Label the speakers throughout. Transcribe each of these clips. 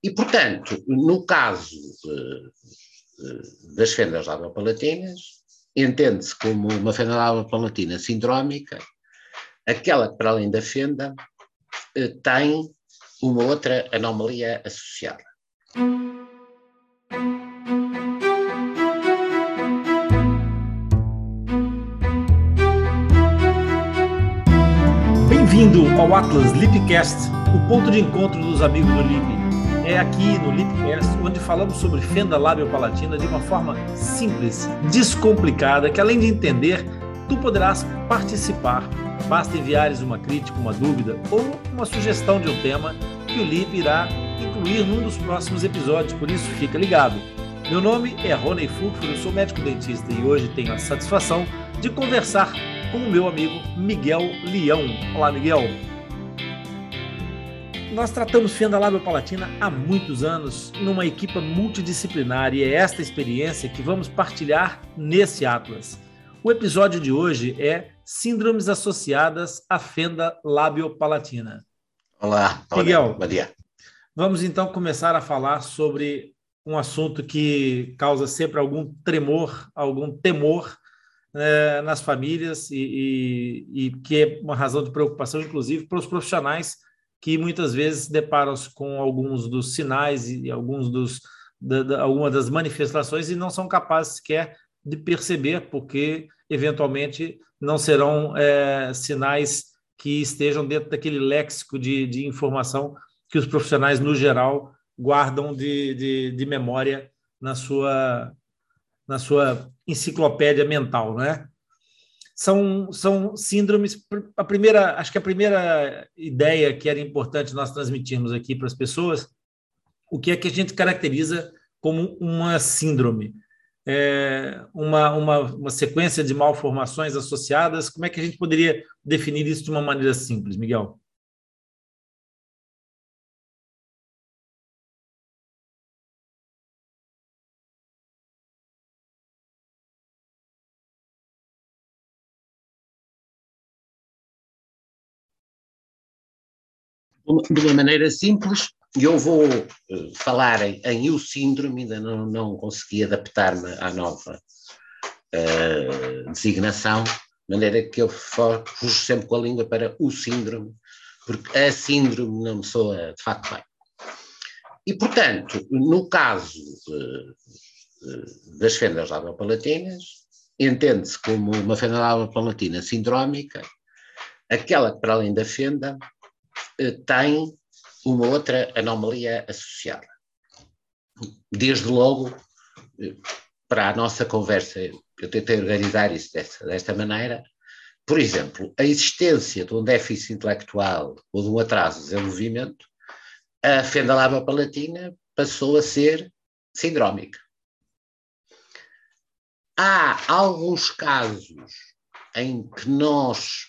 Speaker 1: E, portanto, no caso das fendas labiopalatinas, entende-se como uma fenda labiopalatina sindrómica, aquela que, para além da fenda, tem uma outra anomalia associada.
Speaker 2: Bem-vindo ao Atlas Lipcast, o ponto de encontro dos amigos do Lip. É aqui no Lipcast onde falamos sobre fenda labiopalatina de uma forma simples, descomplicada, que além de entender, tu poderás participar. Basta enviares uma crítica, uma dúvida ou uma sugestão de um tema que o Lip irá incluir num dos próximos episódios, por isso fica ligado. Meu nome é Rony Fulford, eu sou médico dentista e hoje tenho a satisfação de conversar com o meu amigo Miguel Leão. Olá, Miguel. Nós tratamos fenda labiopalatina há muitos anos numa equipe multidisciplinar e é esta experiência que vamos partilhar nesse Atlas. O episódio de hoje é Síndromes associadas à fenda labiopalatina.
Speaker 1: Olá,
Speaker 2: Miguel.
Speaker 1: Bom dia.
Speaker 2: Vamos então começar a falar sobre um assunto que causa sempre algum tremor, algum temor nas famílias e que é uma razão de preocupação, inclusive, para os profissionais que muitas vezes deparam-se com alguns dos sinais e algumas das manifestações e não são capazes sequer de perceber, porque eventualmente não serão sinais que estejam dentro daquele léxico de informação que os profissionais, no geral, guardam de memória na sua enciclopédia mental, né? São síndromes. Acho que a primeira ideia que era importante nós transmitirmos aqui para as pessoas, o que é que a gente caracteriza como uma síndrome? Uma sequência de malformações associadas. Como é que a gente poderia definir isso de uma maneira simples, Miguel?
Speaker 1: De uma maneira simples, eu vou falar em o síndrome, ainda não consegui adaptar-me à nova designação, de maneira que eu fujo sempre com a língua para o síndrome, porque a síndrome não me soa de facto bem. E, portanto, no caso das fendas labiopalatinas, entende-se como uma fenda labiopalatina sindrómica, aquela que, para além da fenda, tem uma outra anomalia associada. Desde logo, para a nossa conversa, eu tentei organizar isso desta maneira. Por exemplo, a existência de um déficit intelectual ou de um atraso de desenvolvimento, a fenda labiopalatina passou a ser sindrómica. Há alguns casos em que nós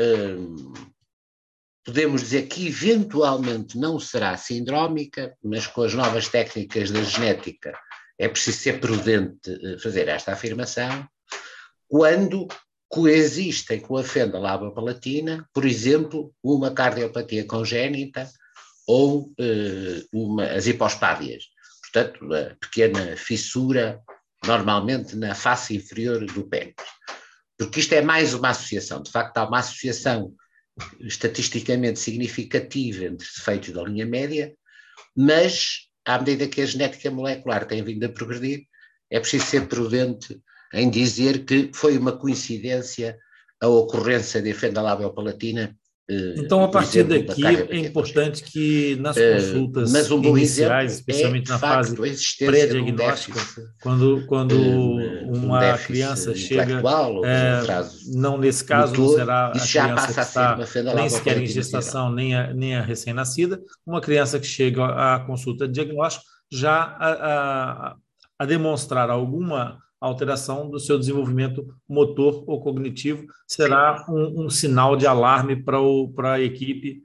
Speaker 1: podemos dizer que eventualmente não será sindrómica, mas com as novas técnicas da genética é preciso ser prudente fazer esta afirmação, quando coexistem com a fenda labiopalatina, por exemplo, uma cardiopatia congénita ou as hipospádias, portanto, a pequena fissura, normalmente na face inferior do pênis. Porque isto é mais uma associação, de facto há uma associação estatisticamente significativa entre defeitos da linha média, mas à medida que a genética molecular tem vindo a progredir, é preciso ser prudente em dizer que foi uma coincidência a ocorrência de fenda labiopalatina.
Speaker 2: Então, a partir daqui, é importante que nas consultas
Speaker 1: mas um bom
Speaker 2: iniciais,
Speaker 1: exemplo
Speaker 2: especialmente na fase pré-diagnóstica, quando uma criança chega, não nesse caso, não será a criança que está nem sequer em gestação, nem a recém-nascida, uma criança que chega à consulta de diagnóstico já a demonstrar alguma alteração do seu desenvolvimento motor ou cognitivo, será um sinal de alarme para a equipe.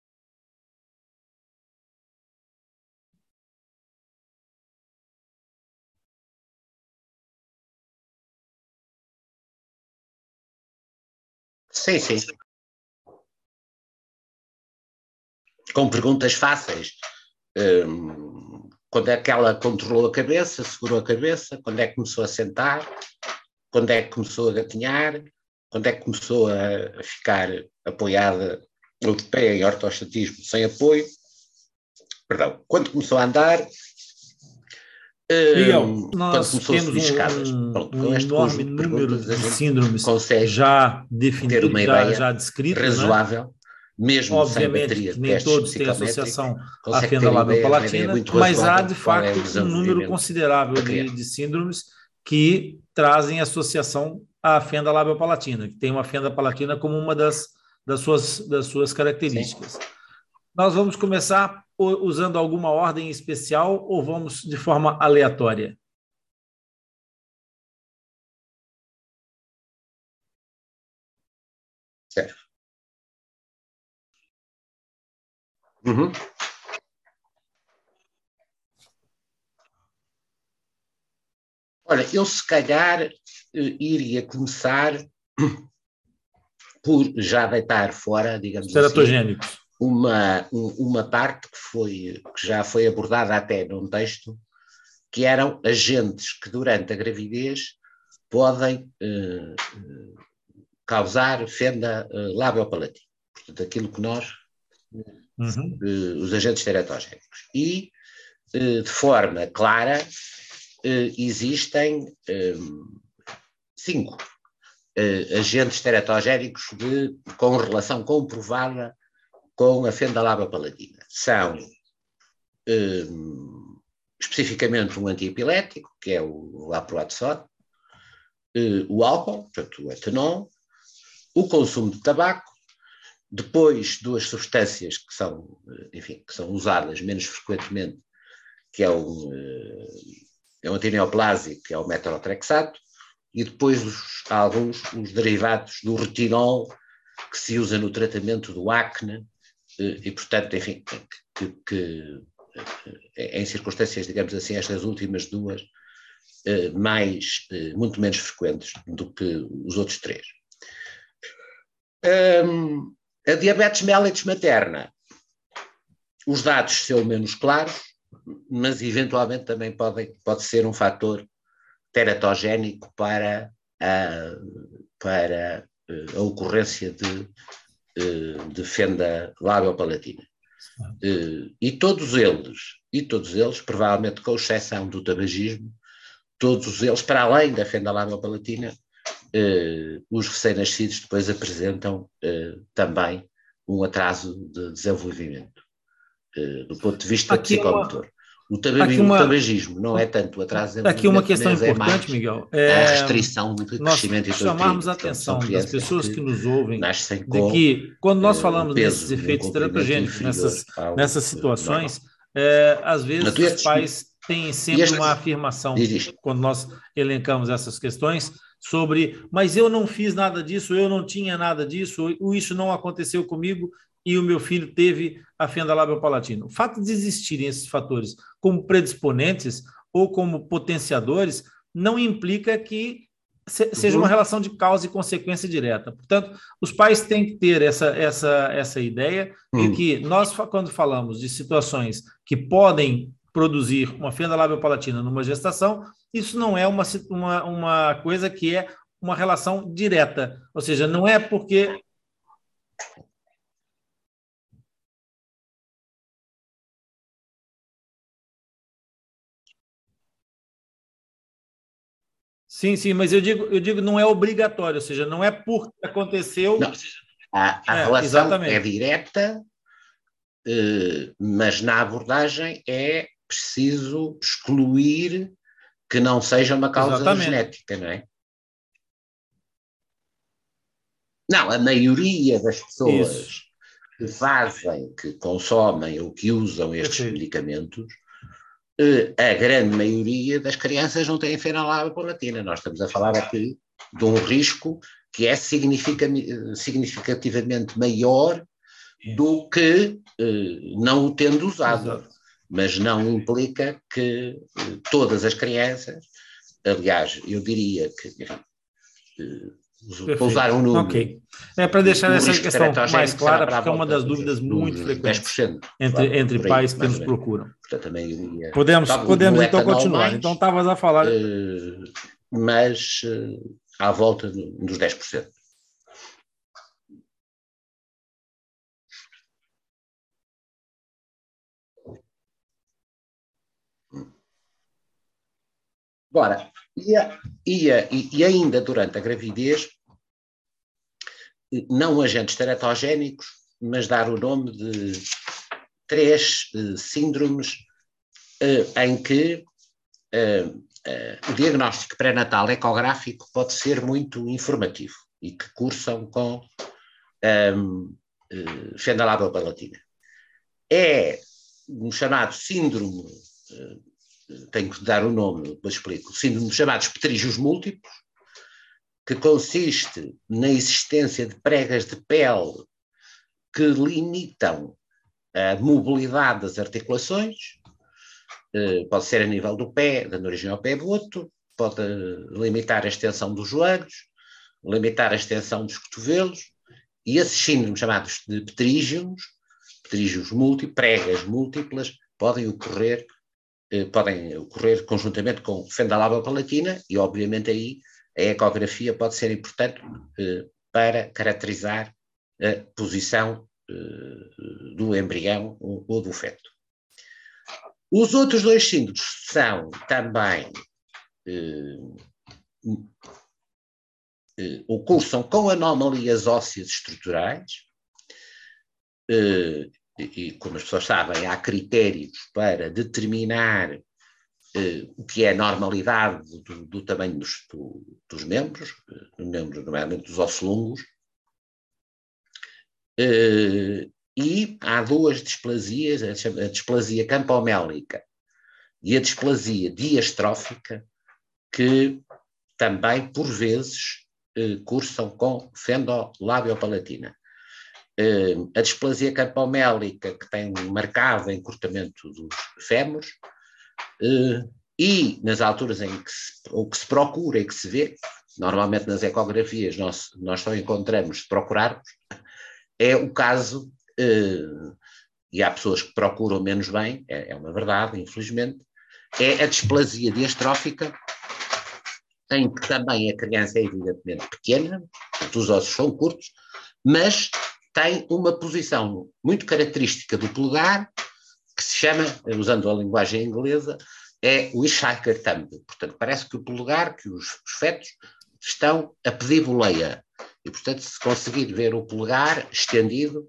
Speaker 1: Sim. Com perguntas fáceis. quando é que ela controlou a cabeça, segurou a cabeça, quando é que começou a sentar, quando é que começou a gatinhar, quando é que começou a ficar apoiada ou de pé em ortostatismo sem apoio, perdão, quando começou a andar,
Speaker 2: Miguel,
Speaker 1: quando
Speaker 2: nós
Speaker 1: começou a
Speaker 2: temos
Speaker 1: subir escadas. Pronto,
Speaker 2: um
Speaker 1: com este
Speaker 2: enorme
Speaker 1: conjunto de
Speaker 2: número
Speaker 1: perguntas a
Speaker 2: de
Speaker 1: gente
Speaker 2: síndromes
Speaker 1: consegue
Speaker 2: já
Speaker 1: ter
Speaker 2: definidos,
Speaker 1: uma ideia
Speaker 2: já descritos, né?
Speaker 1: razoável, mesmo sem
Speaker 2: Obviamente
Speaker 1: bateria
Speaker 2: que
Speaker 1: de
Speaker 2: nem
Speaker 1: testes
Speaker 2: todos têm
Speaker 1: psicométricos,
Speaker 2: associação à
Speaker 1: consegue
Speaker 2: fenda
Speaker 1: ter uma ideia
Speaker 2: labiopalatina,
Speaker 1: muito
Speaker 2: mas há
Speaker 1: razoável
Speaker 2: de
Speaker 1: de qual é o
Speaker 2: facto um número
Speaker 1: desenvolvimento
Speaker 2: considerável
Speaker 1: da criança.
Speaker 2: de síndromes que trazem associação à fenda labiopalatina, que tem uma fenda palatina como uma das suas
Speaker 1: Sim.
Speaker 2: características. Nós vamos começar usando alguma ordem especial ou vamos de forma aleatória?
Speaker 1: Certo. Uhum. Olha, eu se calhar iria começar por já deitar fora, digamos assim,
Speaker 2: Teratogênicos.
Speaker 1: uma parte que já foi abordada até num texto, que eram agentes que durante a gravidez podem causar fenda labiopalatina. Portanto, aquilo que nós, os agentes teratogénicos. E, de forma clara, existem 5 agentes teratogénicos com relação comprovada com a fenda labiopalatina. São especificamente um antiepilético, que é o laproaxone, o álcool, portanto o etanol, o consumo de tabaco, depois duas substâncias que são, enfim, que são usadas menos frequentemente, que é um antineoplásico, que é o metrotrexato, e depois os derivados do retinol que se usa no tratamento do acne e, portanto, enfim, que em circunstâncias, digamos assim, estas últimas duas, muito menos frequentes do que os outros 3. A diabetes mellitus materna, os dados são menos claros, mas eventualmente também pode ser um fator teratogénico para a ocorrência de fenda labiopalatina. E todos eles, provavelmente com exceção do tabagismo, todos eles, para além da fenda labiopalatina, os recém-nascidos depois apresentam também um atraso de desenvolvimento, do ponto de vista psicomotor. O tabagismo não é tanto o atraso de desenvolvimento,
Speaker 2: aqui uma questão
Speaker 1: mas
Speaker 2: importante,
Speaker 1: é
Speaker 2: Miguel.
Speaker 1: a restrição de crescimento
Speaker 2: Nós chamarmos
Speaker 1: intrauterino.
Speaker 2: a
Speaker 1: Portanto, são
Speaker 2: atenção das
Speaker 1: crianças
Speaker 2: pessoas que nos ouvem
Speaker 1: nascem
Speaker 2: de
Speaker 1: com
Speaker 2: que, quando nós
Speaker 1: o
Speaker 2: falamos nesses
Speaker 1: peso e um
Speaker 2: efeitos
Speaker 1: comprimento
Speaker 2: teratogênicos,
Speaker 1: inferior ao
Speaker 2: nessas
Speaker 1: normal.
Speaker 2: situações, às vezes os pais têm sempre uma afirmação, quando nós elencamos essas questões, sobre, mas eu não fiz nada disso, eu não tinha nada disso, isso não aconteceu comigo e o meu filho teve a fenda labiopalatina. O fato de existirem esses fatores como predisponentes ou como potenciadores não implica que seja uma relação de causa e consequência direta. Portanto, os pais têm que ter essa ideia de que nós, quando falamos de situações que podem produzir uma fenda labiopalatina numa gestação, isso não é uma coisa que é uma relação direta. Ou seja, não é porque... Sim, mas eu digo não é obrigatório, ou seja, não é porque aconteceu...
Speaker 1: Não, a relação
Speaker 2: exatamente.
Speaker 1: é direta, mas na abordagem é preciso excluir que não seja uma causa genética, não é? Não, a maioria das pessoas que fazem, que consomem ou que usam estes medicamentos, a grande maioria das crianças não têm fenda labiopalatina. Nós estamos a falar aqui de um risco que é significativamente maior do que não o tendo usado. Exato. Mas não implica que todas as crianças, aliás, eu diria que para usar um número.
Speaker 2: Ok. É para deixar essa questão mais clara, porque é uma das
Speaker 1: dos,
Speaker 2: dúvidas muito frequentes
Speaker 1: 10%,
Speaker 2: entre
Speaker 1: aí,
Speaker 2: pais que nos procuram.
Speaker 1: Portanto, a maioria...
Speaker 2: Podemos então continuar.
Speaker 1: Mais,
Speaker 2: então, estavas a falar...
Speaker 1: mas à volta dos 10%. Agora, e ainda durante a gravidez, não agentes teratogénicos, mas dar o nome de 3 síndromes em que o diagnóstico pré-natal ecográfico pode ser muito informativo e que cursam com fenda lábio-palatina. É um chamado síndrome, tenho que dar o nome, depois explico, síndrome chamados pterígios múltiplos, que consiste na existência de pregas de pele que limitam a mobilidade das articulações, pode ser a nível do pé, dando origem ao pé boto, pode limitar a extensão dos joelhos, limitar a extensão dos cotovelos, e esses síndromes chamados de pterígios múltiplos, pregas múltiplas, podem ocorrer conjuntamente com fenda lábio-palatina, e obviamente aí a ecografia pode ser importante para caracterizar a posição do embrião ou do feto. Os outros 2 síndromes são também cursam com anomalias ósseas estruturais, e como as pessoas sabem, há critérios para determinar o que é a normalidade do tamanho dos membros, nomeadamente dos ossos longos, e há 2 displasias, a displasia campomélica e a displasia diastrófica, que também, por vezes, cursam com fendolábio-palatina. A displasia campomélica, que tem um marcado encurtamento dos fémures, e nas alturas em que o que se procura e que se vê, normalmente nas ecografias nós só encontramos, se procurarmos, é o caso, e há pessoas que procuram menos bem, é uma verdade, infelizmente, é a displasia diastrófica, em que também a criança é evidentemente pequena, os ossos são curtos, mas tem uma posição muito característica do polegar, que se chama, usando a linguagem inglesa, é o hitchhiker thumb. Portanto, parece que o polegar, que os fetos estão a pedir boleia. E, portanto, se conseguir ver o polegar estendido,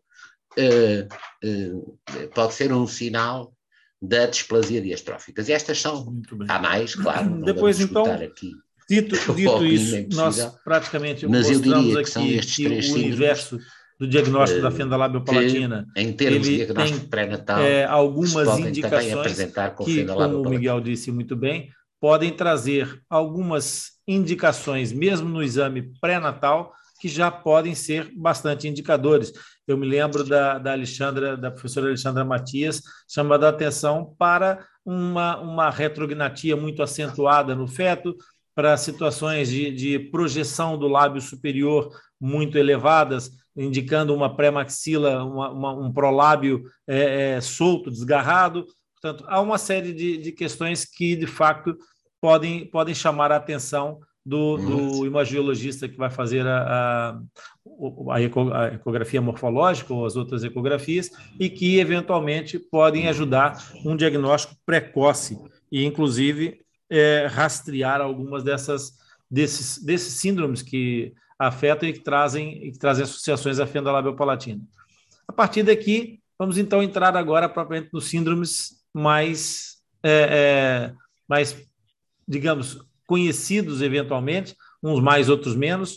Speaker 1: pode ser um sinal da displasia diastrófica. E estas são, há mais, claro, não
Speaker 2: depois,
Speaker 1: vamos
Speaker 2: então,
Speaker 1: aqui.
Speaker 2: Dito isso, nós praticamente
Speaker 1: mas
Speaker 2: mostramos
Speaker 1: aqui
Speaker 2: que o universo do diagnóstico da fenda lábio-palatina,
Speaker 1: em termos de diagnóstico pré-natal,
Speaker 2: algumas indicações que, como o Miguel disse muito bem, podem trazer algumas indicações, mesmo no exame pré-natal, que já podem ser bastante indicadores. Eu me lembro da professora Alexandra Matias, chamando a atenção para uma retrognatia muito acentuada no feto, para situações de projeção do lábio superior muito elevadas, indicando uma pré-maxila, um prolábio solto, desgarrado. Portanto, há uma série de questões que, de fato, podem chamar a atenção do imagiologista que vai fazer a ecografia morfológica ou as outras ecografias, e que, eventualmente, podem ajudar um diagnóstico precoce e, inclusive, rastrear algumas desses síndromes que afetam e que trazem associações à fenda lábio-palatina. A partir daqui, vamos então entrar agora propriamente nos síndromes mais, digamos, conhecidos eventualmente, uns mais, outros menos,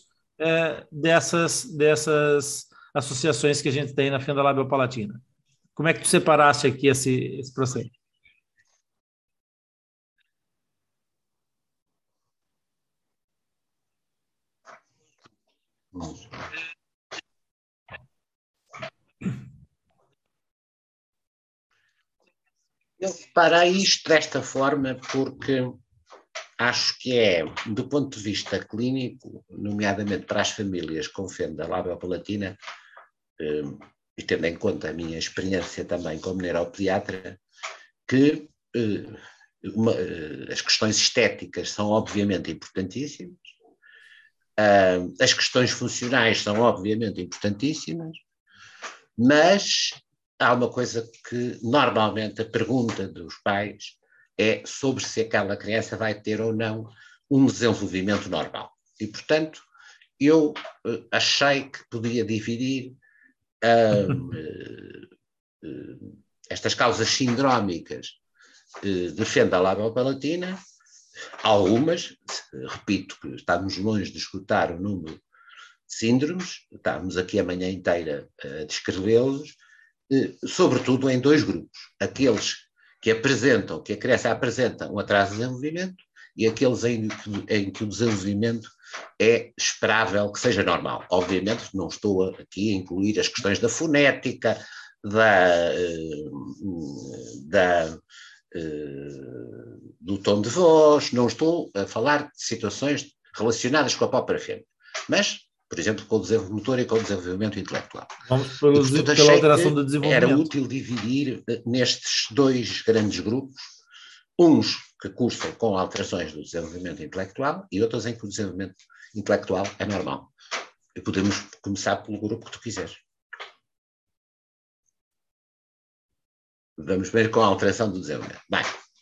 Speaker 2: dessas associações que a gente tem na fenda lábio-palatina. Como é que tu separaste aqui esse processo?
Speaker 1: Eu separei isto desta forma porque acho que é, do ponto de vista clínico, nomeadamente para as famílias com fenda labiopalatina, e tendo em conta a minha experiência também como neuropediatra, que as questões estéticas são obviamente importantíssimas, as questões funcionais são obviamente importantíssimas, mas há uma coisa que normalmente a pergunta dos pais é sobre se aquela criança vai ter ou não um desenvolvimento normal. E, portanto, eu achei que podia dividir estas causas sindrómicas de fenda labiopalatina, algumas, repito que estamos longe de esgotar o número de síndromes, estamos aqui a manhã inteira a descrevê-los, sobretudo em dois grupos, aqueles que apresentam, que a criança apresenta um atraso de desenvolvimento e aqueles em que o desenvolvimento é esperável que seja normal. Obviamente não estou aqui a incluir as questões da fonética, do tom de voz, não estou a falar de situações relacionadas com a própria fêmea, mas, por exemplo, com o desenvolvimento motor e com o desenvolvimento intelectual.
Speaker 2: Vamos pela alteração do desenvolvimento.
Speaker 1: Era útil dividir nestes dois grandes grupos, uns que cursam com alterações do desenvolvimento intelectual e outros em que o desenvolvimento intelectual é normal. E podemos começar pelo grupo que tu quiseres. Vamos ver com a alteração do desenvolvimento. Bem,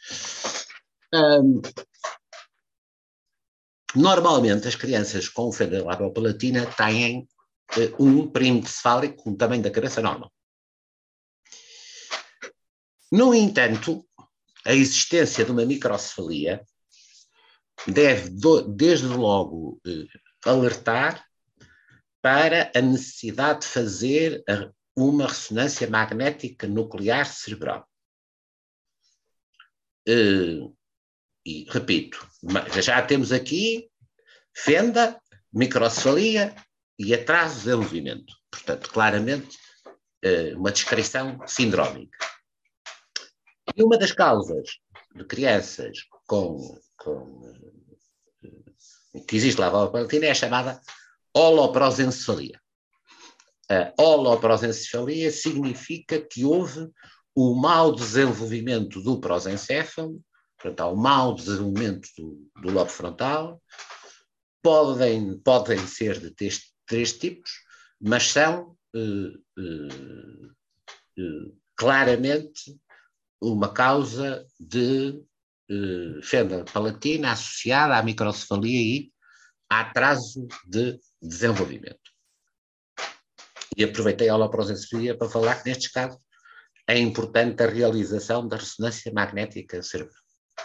Speaker 1: normalmente as crianças com fenda labiopalatina têm um perímetro cefálico com o tamanho da cabeça normal. No entanto, a existência de uma microcefalia deve, desde logo, alertar para a necessidade de fazer uma ressonância magnética nuclear cerebral. E, repito, já temos aqui fenda, microcefalia e atraso de desenvolvimento. Portanto, claramente, uma descrição sindrómica. E uma das causas de crianças que existe labiopalatina é a chamada holoprosencefalia. A holoprosencefalia significa que houve o mau desenvolvimento do prosencéfalo, portanto, há o mau desenvolvimento do lobo frontal. Podem ser de três tipos, mas são claramente uma causa de fenda palatina associada à microcefalia e a atraso de desenvolvimento. E aproveitei a holoprosencefalia para falar que, nestes casos, é importante a realização da ressonância magnética cerebral.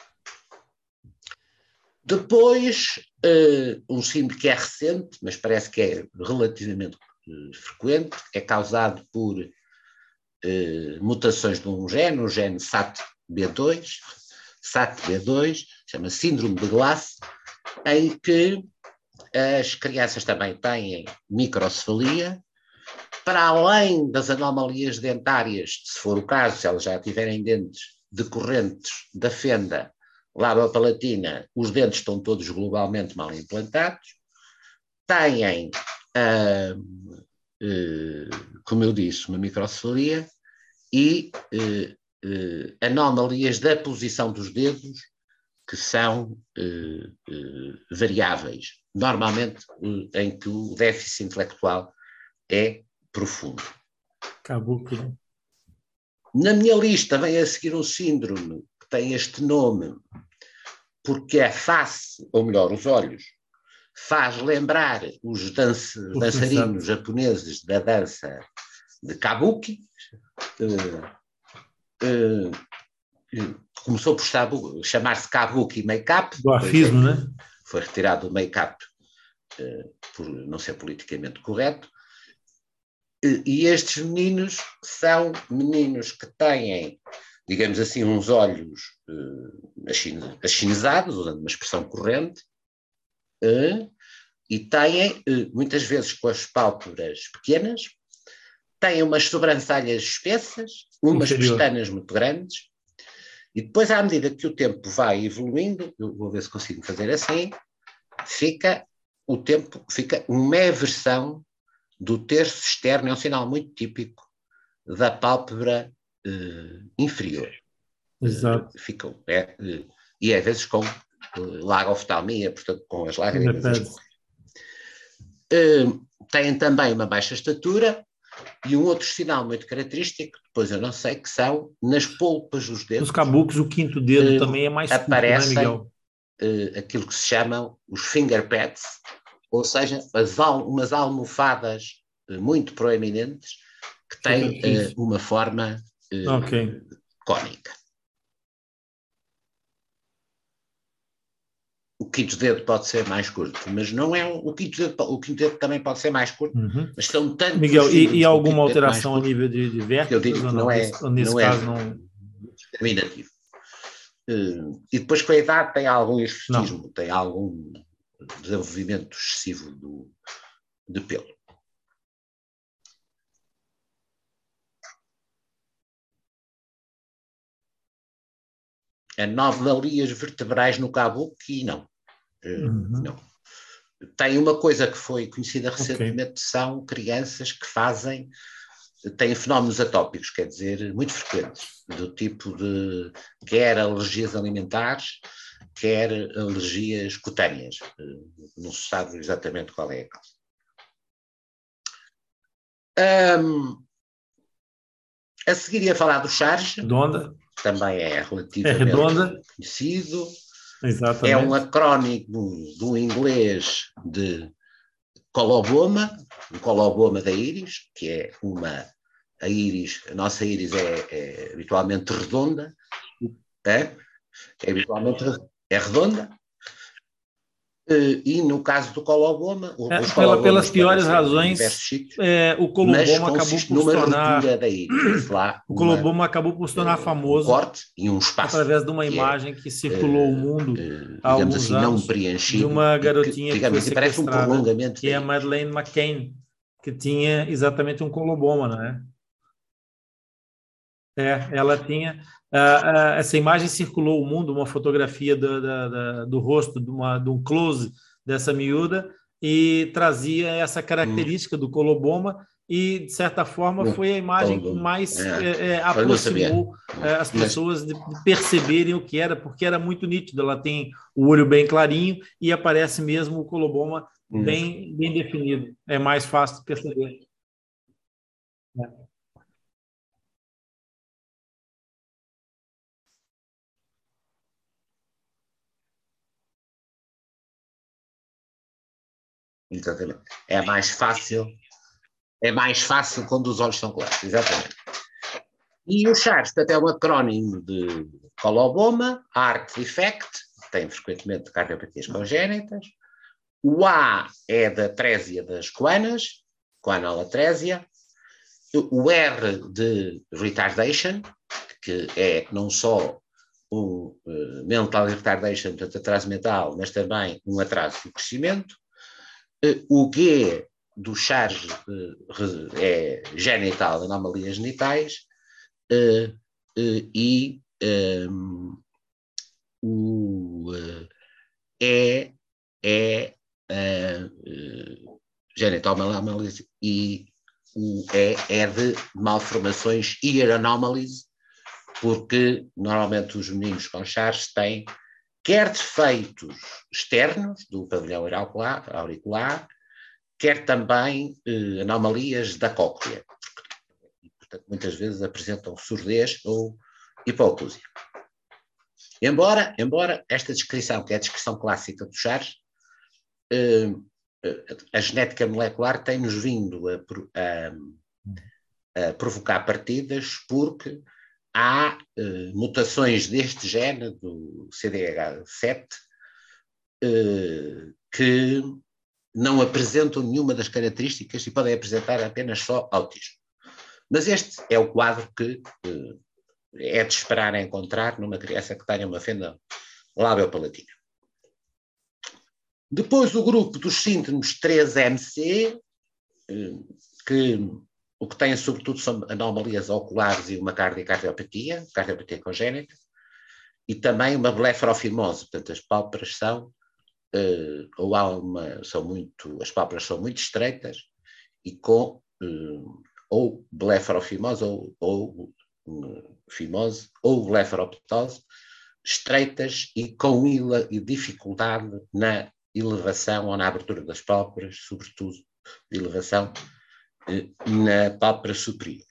Speaker 1: Depois, um síndrome que é recente, mas parece que é relativamente frequente, é causado por mutações de um gene, o gene SATB2, chama síndrome de Glass, em que as crianças também têm microcefalia. Para além das anomalias dentárias, se for o caso, se elas já tiverem dentes decorrentes da fenda labiopalatina, os dentes estão todos globalmente mal implantados, têm, como eu disse, uma microcefalia e anomalias da posição dos dedos que são variáveis, normalmente em que o déficit intelectual é profundo.
Speaker 2: Kabuki.
Speaker 1: Na minha lista vem a seguir um síndrome que tem este nome porque a face, ou melhor, os olhos, faz lembrar os dançarinos japoneses da dança de Kabuki. Começou por chamar-se Kabuki Make-up.
Speaker 2: Do afismo, né?
Speaker 1: Foi retirado do make-up por não ser politicamente correto. E estes meninos são meninos que têm, digamos assim, uns olhos achinizados, usando uma expressão corrente, e têm, muitas vezes, com as pálpebras pequenas, têm umas sobrancelhas espessas, umas pestanas muito grandes, E depois, à medida que o tempo vai evoluindo, eu vou ver se consigo fazer assim, o tempo fica uma eversão do terço externo, é um sinal muito típico da pálpebra inferior. E às vezes com lagoftalmia, portanto com as lágrimas a escorrer. Têm também uma baixa estatura e um outro sinal muito característico, depois eu não sei, que são nas polpas dos dedos.
Speaker 2: Nos cabucos, o quinto dedo também é mais
Speaker 1: aparecem
Speaker 2: curto, né,
Speaker 1: Miguel? Aquilo que se chamam os finger pads, ou seja, umas almofadas muito proeminentes que têm uma forma cônica. O quinto dedo pode ser mais curto, mas não é o quinto dedo também pode ser mais curto, mas são tantos.
Speaker 2: Miguel, e alguma alteração a nível de vértices?
Speaker 1: Eu digo que não é,
Speaker 2: nesse caso não
Speaker 1: discriminativo. E depois com a idade tem algum exotismo, tem algum desenvolvimento excessivo de pelo. Anomalias vertebrais no cabuco e não. Não. Tem uma coisa que foi conhecida recentemente, são crianças que têm fenómenos atópicos, quer dizer, muito frequentes, do tipo de quer alergias alimentares, quer alergias cutâneas. Não se sabe exatamente qual é a causa. A seguir ia falar do charge.
Speaker 2: Redonda.
Speaker 1: Também é relativamente conhecido.
Speaker 2: Exatamente.
Speaker 1: É um acrónimo do inglês de coloboma, um coloboma da íris, que é a nossa íris é habitualmente redonda, é redonda, e no caso do coloboma,
Speaker 2: pelas piores razões, o coloboma acabou por se tornar
Speaker 1: da íris, lá
Speaker 2: o coloboma acabou por se tornar famoso
Speaker 1: um corte e um espaço
Speaker 2: através de uma imagem que circulou o mundo há alguns
Speaker 1: assim,
Speaker 2: anos,
Speaker 1: não preenchido,
Speaker 2: de uma garotinha que foi sequestrada,
Speaker 1: prolongamento
Speaker 2: que é a Madeleine McCann, que tinha exatamente um coloboma, não é? Ela tinha... essa imagem circulou o mundo, uma fotografia do rosto, de um close dessa miúda, e trazia essa característica do coloboma, e, de certa forma, foi a imagem que mais aproximou as pessoas de perceberem o que era, porque era muito nítido. Ela tem o olho bem clarinho e aparece mesmo o coloboma bem definido. É mais fácil de perceber.
Speaker 1: Exatamente. É mais fácil quando os olhos são claros, exatamente. E o CHARS até é um acrónimo de coloboma, Art Defect, tem frequentemente cardiopatias congénitas. O A é da atrésia das coanas, coanalatrésia. O R de retardation, que é não só um mental retardation, portanto atraso mental, mas também um atraso do crescimento. O G do CHARS é genital, anomalias genitais, e o E é genital anomalies, e o E é de malformações ear anomalies, porque normalmente os meninos com CHARS têm quer defeitos externos do pavilhão auricular, quer também anomalias da cóclea. Portanto, muitas vezes apresentam surdez ou hipoacúsia. Embora esta descrição, que é a descrição clássica do CHARS, a genética molecular tem-nos vindo a provocar partidas, porque há mutações deste gene, do CDH7, que não apresentam nenhuma das características e podem apresentar apenas só autismo. Mas este é o quadro que é de esperar encontrar numa criança que tenha uma fenda lábio-palatina. Depois o grupo dos síndromes 3MC, que o que tem sobretudo são anomalias oculares e uma cardiopatia congénita. e também uma blefarofimose, portanto as pálpebras são, as pálpebras são muito estreitas e com ou blefarofimose ou fimose ou blefaroptose, estreitas e com dificuldade na elevação ou na abertura das pálpebras, sobretudo de elevação na pálpebra superior.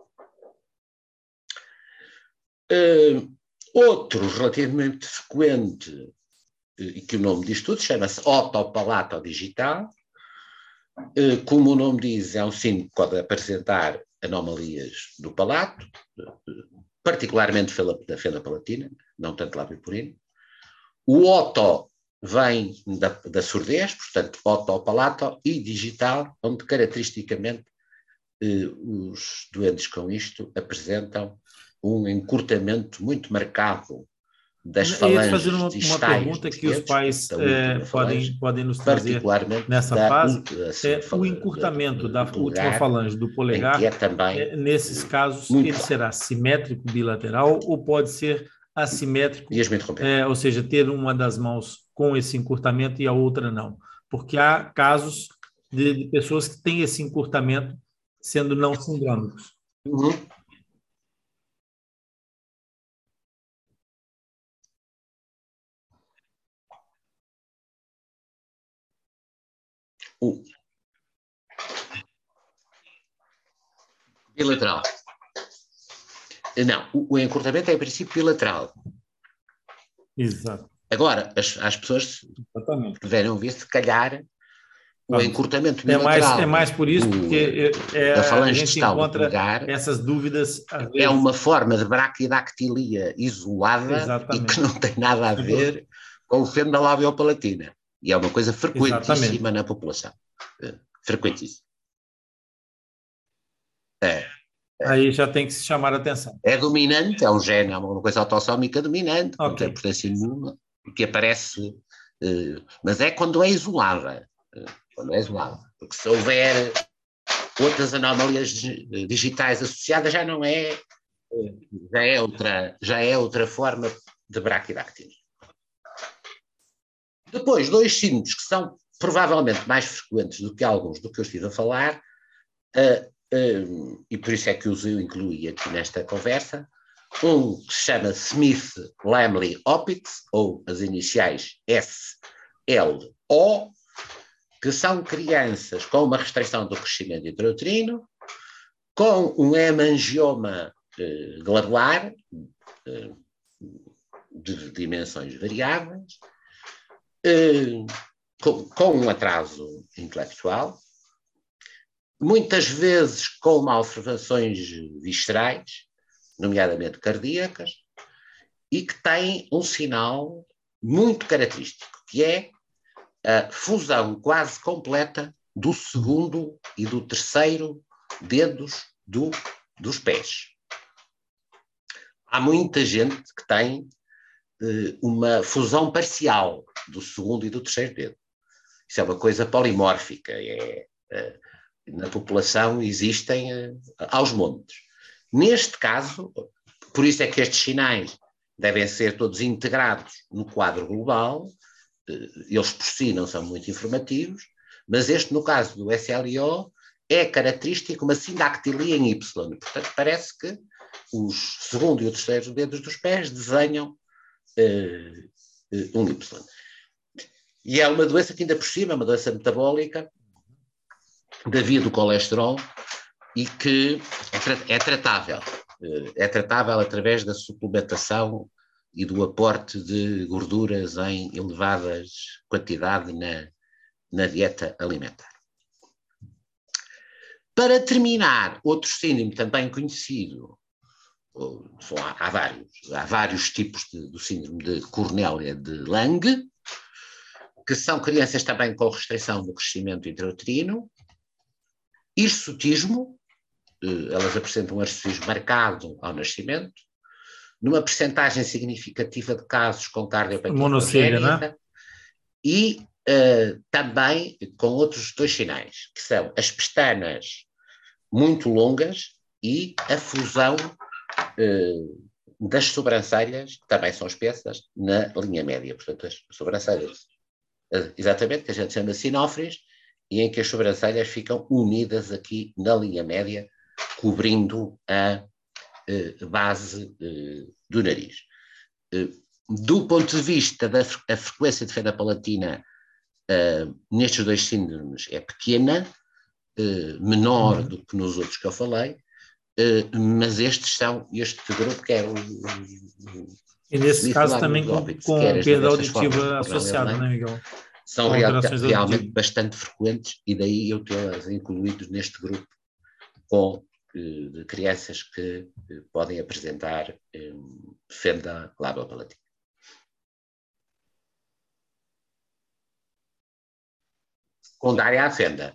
Speaker 1: Outro relativamente frequente, e que o nome diz tudo, chama-se otopalato digital. Como o nome diz, é um signo que pode apresentar anomalias do palato, particularmente da fenda palatina, não tanto lábio-leporino. O oto vem da surdez, portanto, otopalato, e digital, onde caracteristicamente os doentes com isto apresentam um encurtamento muito marcado das falanges
Speaker 2: fazer uma pergunta que os pais podem nos trazer nessa fase. O encurtamento da última falange do polegar, nesses casos, ele será simétrico bilateral ou pode ser assimétrico, ou seja, ter uma das mãos com esse encurtamento e a outra não? Porque há casos de pessoas que têm esse encurtamento sendo não sindrômicos.
Speaker 1: Uhum. Bilateral. Não, o encurtamento é em princípio bilateral.
Speaker 2: Exato.
Speaker 1: Agora, as pessoas deverem ver, se calhar, o encurtamento bilateral.
Speaker 2: É mais por isso, porque
Speaker 1: da falange
Speaker 2: a gente
Speaker 1: distal do
Speaker 2: encontra
Speaker 1: polegar
Speaker 2: essas dúvidas.
Speaker 1: É uma forma de braquidactilia isolada.
Speaker 2: Exatamente.
Speaker 1: E que não tem nada a ver com o feno da labiopalatina. E é uma coisa frequentíssima na população. Frequentíssima.
Speaker 2: Aí já tem que se chamar a atenção.
Speaker 1: É dominante, é um gene, é uma coisa autossómica dominante, não tem importância nenhuma, que aparece, mas é quando é isolada. Quando é isolada. Porque se houver outras anomalias digitais associadas, já não é, já é outra forma de braquidactilia. Depois, dois signos que são provavelmente mais frequentes do que alguns do que eu estive a falar, e por isso é que os eu incluí aqui nesta conversa. Um que se chama Smith-Lamley-Opitz, ou as iniciais SLO, que são crianças com uma restrição do crescimento intrauterino, com um hemangioma glabular de dimensões variáveis, com um atraso intelectual, muitas vezes com malformações viscerais, nomeadamente cardíacas, e que têm um sinal muito característico, que é a fusão quase completa do segundo e do terceiro dedos dos pés. Há muita gente que tem uma fusão parcial do segundo e do terceiro dedo. Isso é uma coisa polimórfica. Na população existem aos montes. Neste caso, por isso é que estes sinais devem ser todos integrados no quadro global. Eles por si não são muito informativos, mas este, no caso do SLO, é característico uma sindactilia em Y. Portanto, parece que os segundo e o terceiro dedos dos pés desenham um Y. E é uma doença que ainda por cima é uma doença metabólica da via do colesterol e que é tratável. É tratável através da suplementação e do aporte de gorduras em elevadas quantidades na dieta alimentar. Para terminar, outro síndrome também conhecido, há vários tipos do síndrome de Cornélia de Lange, que são crianças também com restrição do crescimento intrauterino, hirsutismo, elas apresentam um hirsutismo marcado ao nascimento, numa percentagem significativa de casos com cardiopatia congénita, e também com outros dois sinais, que são as pestanas muito longas e a fusão das sobrancelhas, que também são espessas, na linha média. Portanto, as sobrancelhas, exatamente, que a gente chama sinófrias, e em que as sobrancelhas ficam unidas aqui na linha média, cobrindo a base do nariz. Do ponto de vista da frequência de fenda palatina, nestes dois síndromes é pequena, menor do que nos outros que eu falei, mas este grupo que é o
Speaker 2: e nesse caso também com perda auditiva associada, né, Miguel?
Speaker 1: São realmente bastante frequentes, e daí eu tê-las incluídos neste grupo de crianças que podem apresentar fenda labiopalatina. Secundária à fenda.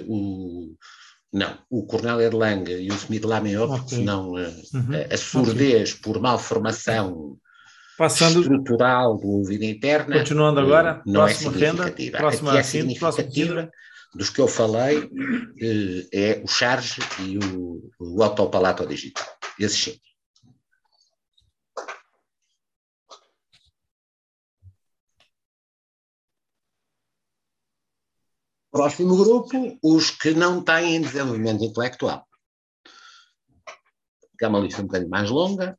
Speaker 1: Não, o Cornélia de Lange e o Smith-Lamiop, senão a surdez por malformação estrutural do ouvido interna.
Speaker 2: Continuando agora,
Speaker 1: não é significativa. Aqui é significativa, dos que eu falei, é o charge e o otopalato digital. Esses sim. Próximo grupo, os que não têm desenvolvimento intelectual. Que é uma lista um bocadinho mais longa.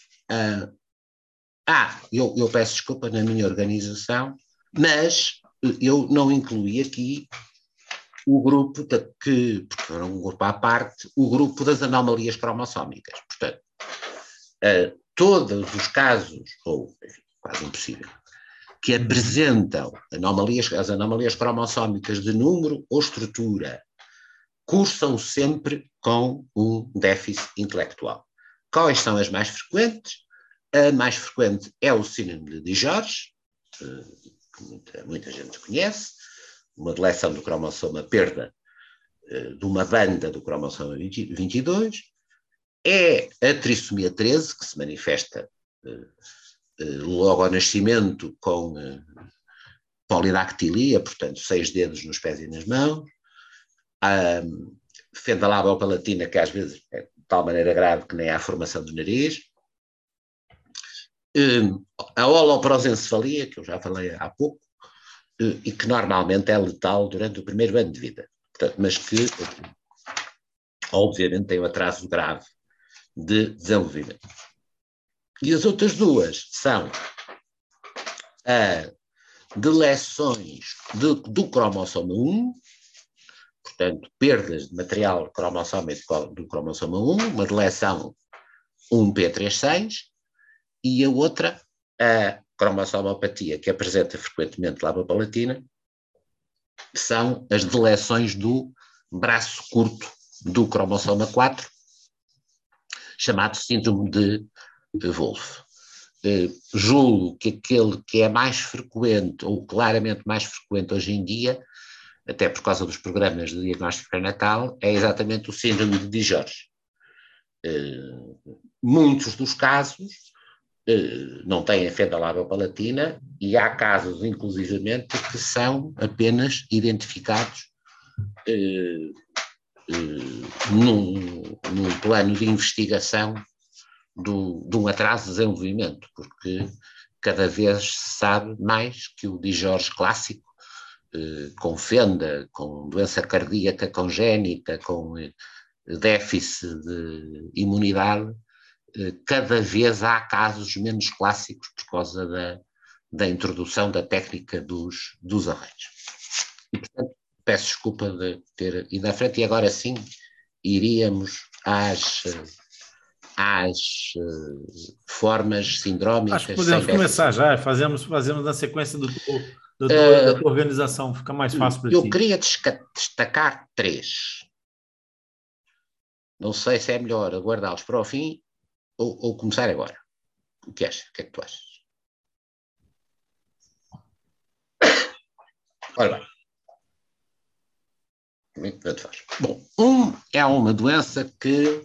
Speaker 1: Eu peço desculpa na minha organização, mas eu não incluí aqui o grupo porque era um grupo à parte, o grupo das anomalias cromossómicas. Portanto, todos os casos, ou enfim, quase impossível, que apresentam as anomalias cromossómicas de número ou estrutura, cursam sempre com um déficit intelectual. Quais são as mais frequentes? A mais frequente é o síndrome de Digeorge, que muita gente conhece, uma deleção do cromossoma, perda de uma banda do cromossoma 22, é a trissomia 13, que se manifesta logo ao nascimento com polidactilia, portanto 6 dedos nos pés e nas mãos, a fenda labiopalatina, que às vezes é de tal maneira grave que nem há formação do nariz, a holoprosencefalia, que eu já falei há pouco, e que normalmente é letal durante o primeiro ano de vida, portanto, mas que obviamente tem um atraso grave de desenvolvimento. E as outras duas são deleções do cromossoma 1, portanto, perdas de material cromossómico do cromossoma 1, uma deleção 1p36, e a outra, a cromossomopatia, que apresenta frequentemente labiopalatina, são as deleções do braço curto do cromossoma 4, chamado síndrome de Wolff. Julgo que aquele que é mais frequente, ou claramente mais frequente hoje em dia, até por causa dos programas de diagnóstico pré-natal, é exatamente o síndrome de Digeorge. Muitos dos casos não têm fenda labiopalatina, e há casos, inclusivamente, que são apenas identificados num plano de investigação de um atraso de desenvolvimento, porque cada vez se sabe mais que o Digeorge clássico, com fenda, com doença cardíaca congénita, com déficit de imunidade, cada vez há casos menos clássicos por causa da introdução da técnica dos arranjos. E, portanto, peço desculpa de ter ido à frente, e agora sim iríamos às formas sindrómicas.
Speaker 2: Acho que podemos começar já, fazemos na sequência da tua organização, fica mais fácil para ti.
Speaker 1: Eu queria destacar 3. Não sei se é melhor aguardá-los para o fim ou começar agora. O que achas? O que é que tu achas? Ora bem. Bom, é uma doença que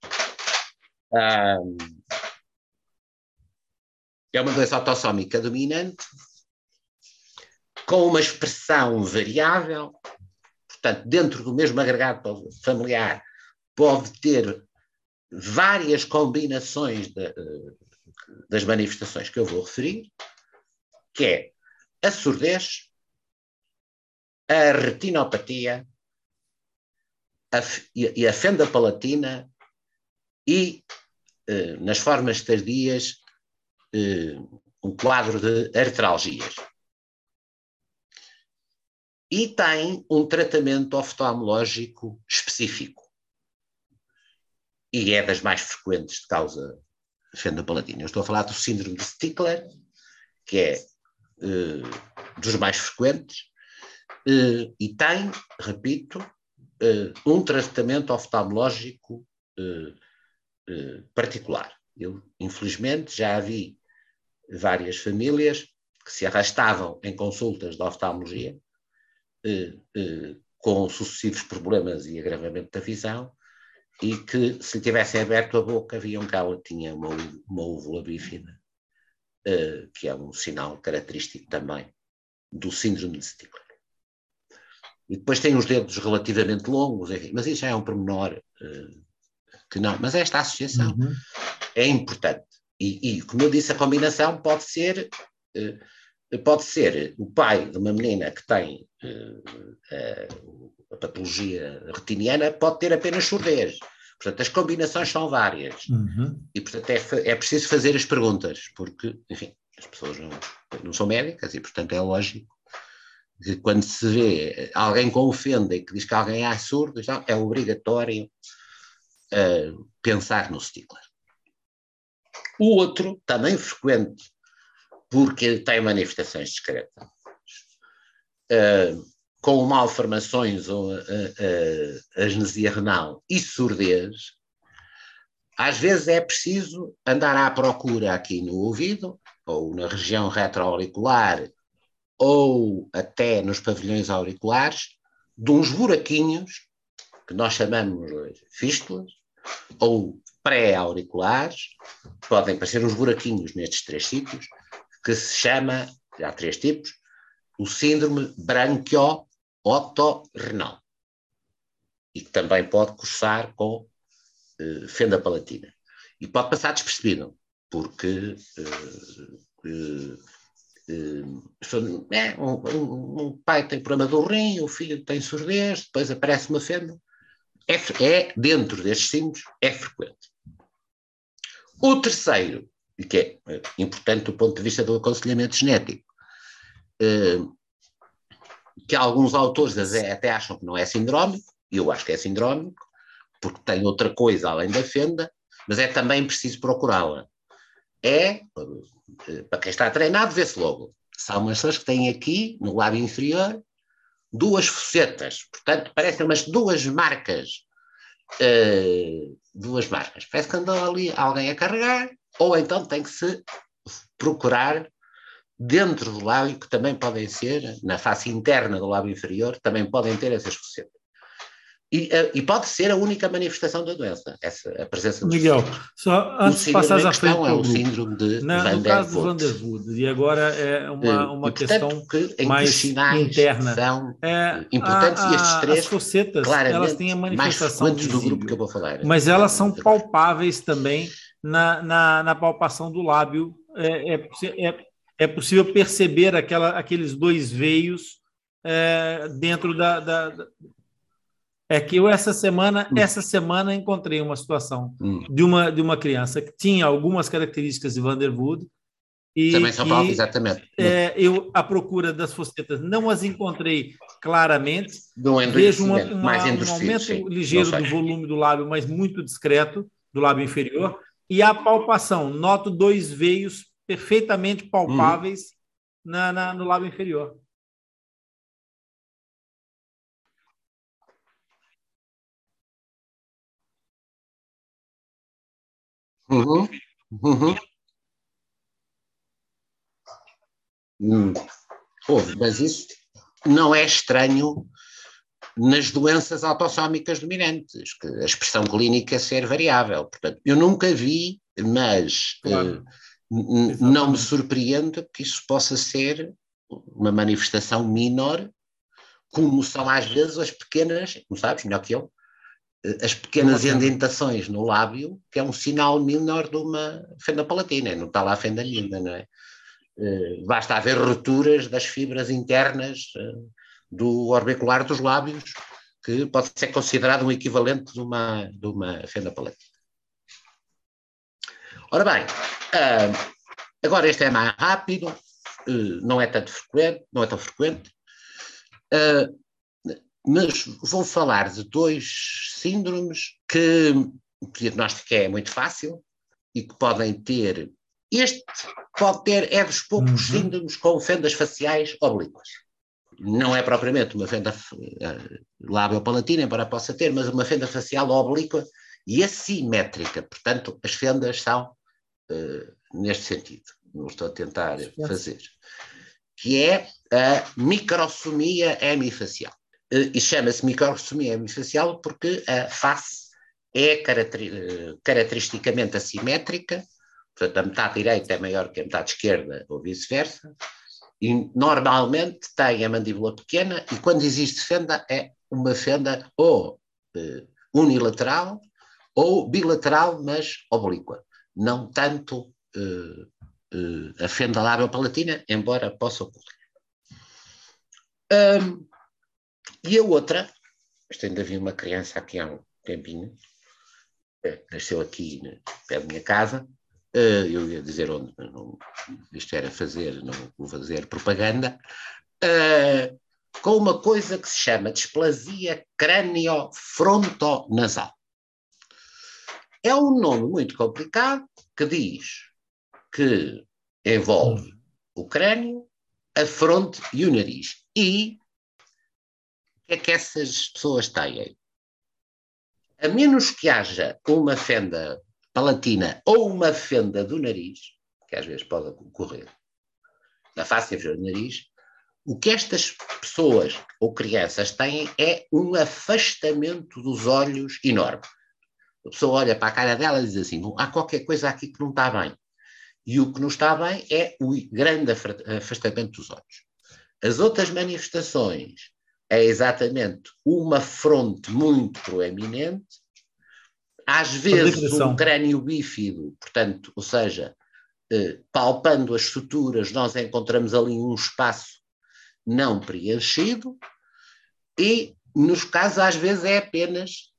Speaker 1: é uma doença autossómica dominante, com uma expressão variável, portanto, dentro do mesmo agregado familiar, pode ter várias combinações das manifestações que eu vou referir, que é a surdez, a retinopatia e a fenda palatina e, nas formas tardias, um quadro de artralgias. E tem um tratamento oftalmológico específico. E é das mais frequentes de causa fenda palatina. Eu estou a falar do síndrome de Stickler, que é dos mais frequentes, e tem, repito, um tratamento oftalmológico particular. Eu, infelizmente, já vi várias famílias que se arrastavam em consultas de oftalmologia com sucessivos problemas e agravamento da visão, e que, se lhe tivessem aberto a boca, viam que ela tinha uma úvula bífida, que é um sinal característico também do síndrome de Stickler. E depois tem os dedos relativamente longos, enfim, mas isso já é um pormenor que não. Mas esta associação é importante. E, como eu disse, a combinação pode ser o pai de uma menina que tem a patologia retiniana, pode ter apenas surdez. Portanto, as combinações são várias. E, portanto, é preciso fazer as perguntas, porque, enfim, as pessoas não são médicas e, portanto, é lógico que quando se vê alguém com fenda e que diz que alguém é surdo, é obrigatório pensar no Stickler. O outro, também frequente, porque tem manifestações discretas, com malformações ou agnesia renal e surdez, às vezes é preciso andar à procura aqui no ouvido, ou na região retroauricular, ou até nos pavilhões auriculares, de uns buraquinhos, que nós chamamos de fístulas, ou pré-auriculares, podem parecer uns buraquinhos nestes 3 sítios, que se chama, há 3 tipos, o síndrome branquio-otorrenal, e que também pode cursar com fenda palatina. E pode passar despercebido, porque um pai tem problema do rim, o filho tem surdez, depois aparece uma fenda. Dentro destes síndromes, é frequente. O terceiro, e que é importante do ponto de vista do aconselhamento genético, que alguns autores até acham que não é sindrómico, e eu acho que é sindrómico, porque tem outra coisa além da fenda, mas é também preciso procurá-la. Para quem está treinado, vê-se logo. São umas pessoas que têm aqui, no lábio inferior, 2 focetas, portanto, parecem umas 2 marcas. 2 marcas. Parece que andou ali alguém a carregar, ou então tem que se procurar dentro do lábio, que também podem ser, na face interna do lábio inferior, também podem ter essas focetas. E pode ser a única manifestação da doença, a presença dos
Speaker 2: Miguel,
Speaker 1: focetas.
Speaker 2: só antes de passar à frente
Speaker 1: é
Speaker 2: do
Speaker 1: o
Speaker 2: grupo,
Speaker 1: síndrome de
Speaker 2: no caso do
Speaker 1: Van
Speaker 2: Van der
Speaker 1: der Voort.
Speaker 2: Voort, e agora é uma questão
Speaker 1: em que os
Speaker 2: mais
Speaker 1: sinais
Speaker 2: interna.
Speaker 1: são importantes, e estes 3,
Speaker 2: As focetas, elas têm a
Speaker 1: claramente, mais
Speaker 2: manifestação
Speaker 1: frequentes do grupo que eu
Speaker 2: visível,
Speaker 1: vou falar.
Speaker 2: mas elas são palpáveis também na palpação do lábio. É possível perceber aqueles 2 veios dentro da. É que eu essa semana encontrei uma situação de uma criança que tinha algumas características de Van der Voort e
Speaker 1: também são palpáveis, exatamente.
Speaker 2: Eu, à procura das focetas, não as encontrei claramente.
Speaker 1: Do
Speaker 2: Vejo
Speaker 1: mais
Speaker 2: um aumento
Speaker 1: sim,
Speaker 2: ligeiro do volume do lábio, mas muito discreto, do lábio inferior. E a palpação, noto 2 veios perfeitamente palpáveis no lábio inferior.
Speaker 1: Mas isso não é estranho nas doenças autossómicas dominantes, que a expressão clínica é ser variável. Portanto, eu nunca vi, mas
Speaker 2: Claro.
Speaker 1: Não me surpreende que isso possa ser uma manifestação menor, como são às vezes as pequenas, como sabes, melhor que eu, as pequenas indentações no lábio, que é um sinal menor de uma fenda palatina, não está lá a fenda nenhuma, não é? Basta haver rupturas das fibras internas do orbicular dos lábios, que pode ser considerado um equivalente de uma fenda palatina. Ora bem, agora este é mais rápido, não é tão frequente, mas vou falar de 2 síndromes que o diagnóstico é muito fácil e que podem ter. Este pode ter, é dos poucos síndromes com fendas faciais oblíquas. Não é propriamente uma fenda lábio-palatina, embora possa ter, mas uma fenda facial oblíqua e assimétrica. Portanto, as fendas são neste sentido. Não estou a tentar fazer. Que é a microsomia hemifacial. E chama-se microsomia hemifacial porque a face é caracteristicamente assimétrica, portanto a metade direita é maior que a metade esquerda ou vice-versa, e normalmente tem a mandíbula pequena e quando existe fenda é uma fenda ou unilateral ou bilateral, mas oblíqua. Não tanto a fenda lábio-palatina, embora possa ocorrer. E a outra, isto ainda vi uma criança aqui há um tempinho, nasceu aqui perto da minha casa, eu ia dizer onde, não, isto era fazer, não vou fazer propaganda, com uma coisa que se chama displasia crânio-frontonasal. É um nome muito complicado que diz que envolve o crânio, a fronte e o nariz. E o que é que essas pessoas têm? A menos que haja uma fenda palatina ou uma fenda do nariz, que às vezes pode ocorrer na face inferior do nariz, o que estas pessoas ou crianças têm é um afastamento dos olhos enorme. A pessoa olha para a cara dela e diz assim, há qualquer coisa aqui que não está bem. E o que não está bem é o grande afastamento dos olhos. As outras manifestações é exatamente uma fronte muito proeminente, às vezes um crânio bífido, portanto, ou seja, palpando as suturas, nós encontramos ali um espaço não preenchido e, nos casos, às vezes é apenas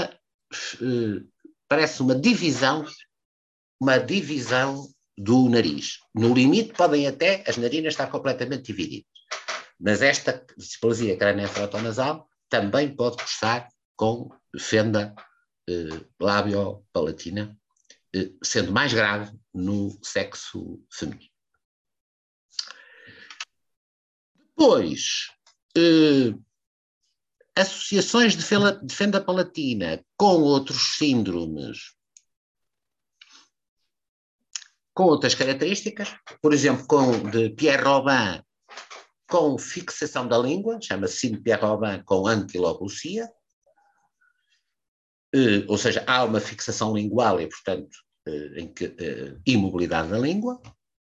Speaker 1: parece uma divisão do nariz. No limite podem até as narinas estar completamente divididas. Mas esta displasia crânio-frontonasal também pode cursar com fenda lábio-palatina, sendo mais grave no sexo feminino. Depois, associações de fenda palatina com outros síndromes, com outras características, por exemplo, de Pierre-Robin com fixação da língua, chama-se síndrome de Pierre-Robin com anquiloglosia, ou seja, há uma fixação lingual e, portanto, imobilidade da língua.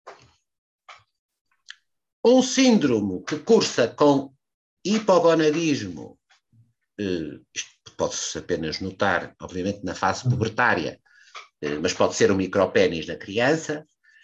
Speaker 1: Um síndrome que cursa com hipogonadismo, isto pode-se apenas notar, obviamente, na fase pubertária, mas pode ser um micropénis na criança,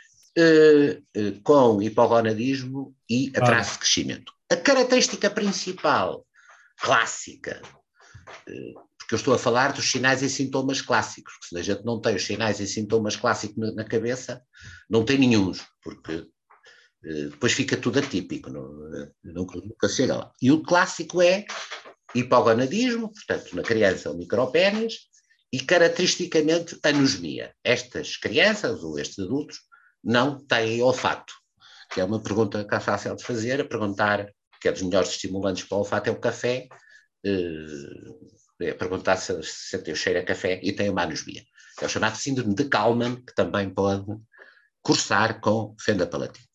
Speaker 1: com hipogonadismo e atraso de crescimento. A característica principal, clássica, porque eu estou a falar dos sinais e sintomas clássicos, porque se a gente não tem os sinais e sintomas clássicos na cabeça, não tem nenhuns, porque depois fica tudo atípico, nunca chega lá. E o clássico é hipogonadismo, portanto, na criança o micropénis, e caracteristicamente anosmia. Estas crianças ou estes adultos não têm olfato, que é uma pergunta que é fácil de fazer, a perguntar, que é dos melhores estimulantes para o olfato, é o café, perguntar se tem o cheiro a café e tem uma anosmia. É o chamado síndrome de Kalman, que também pode cursar com fenda palatina.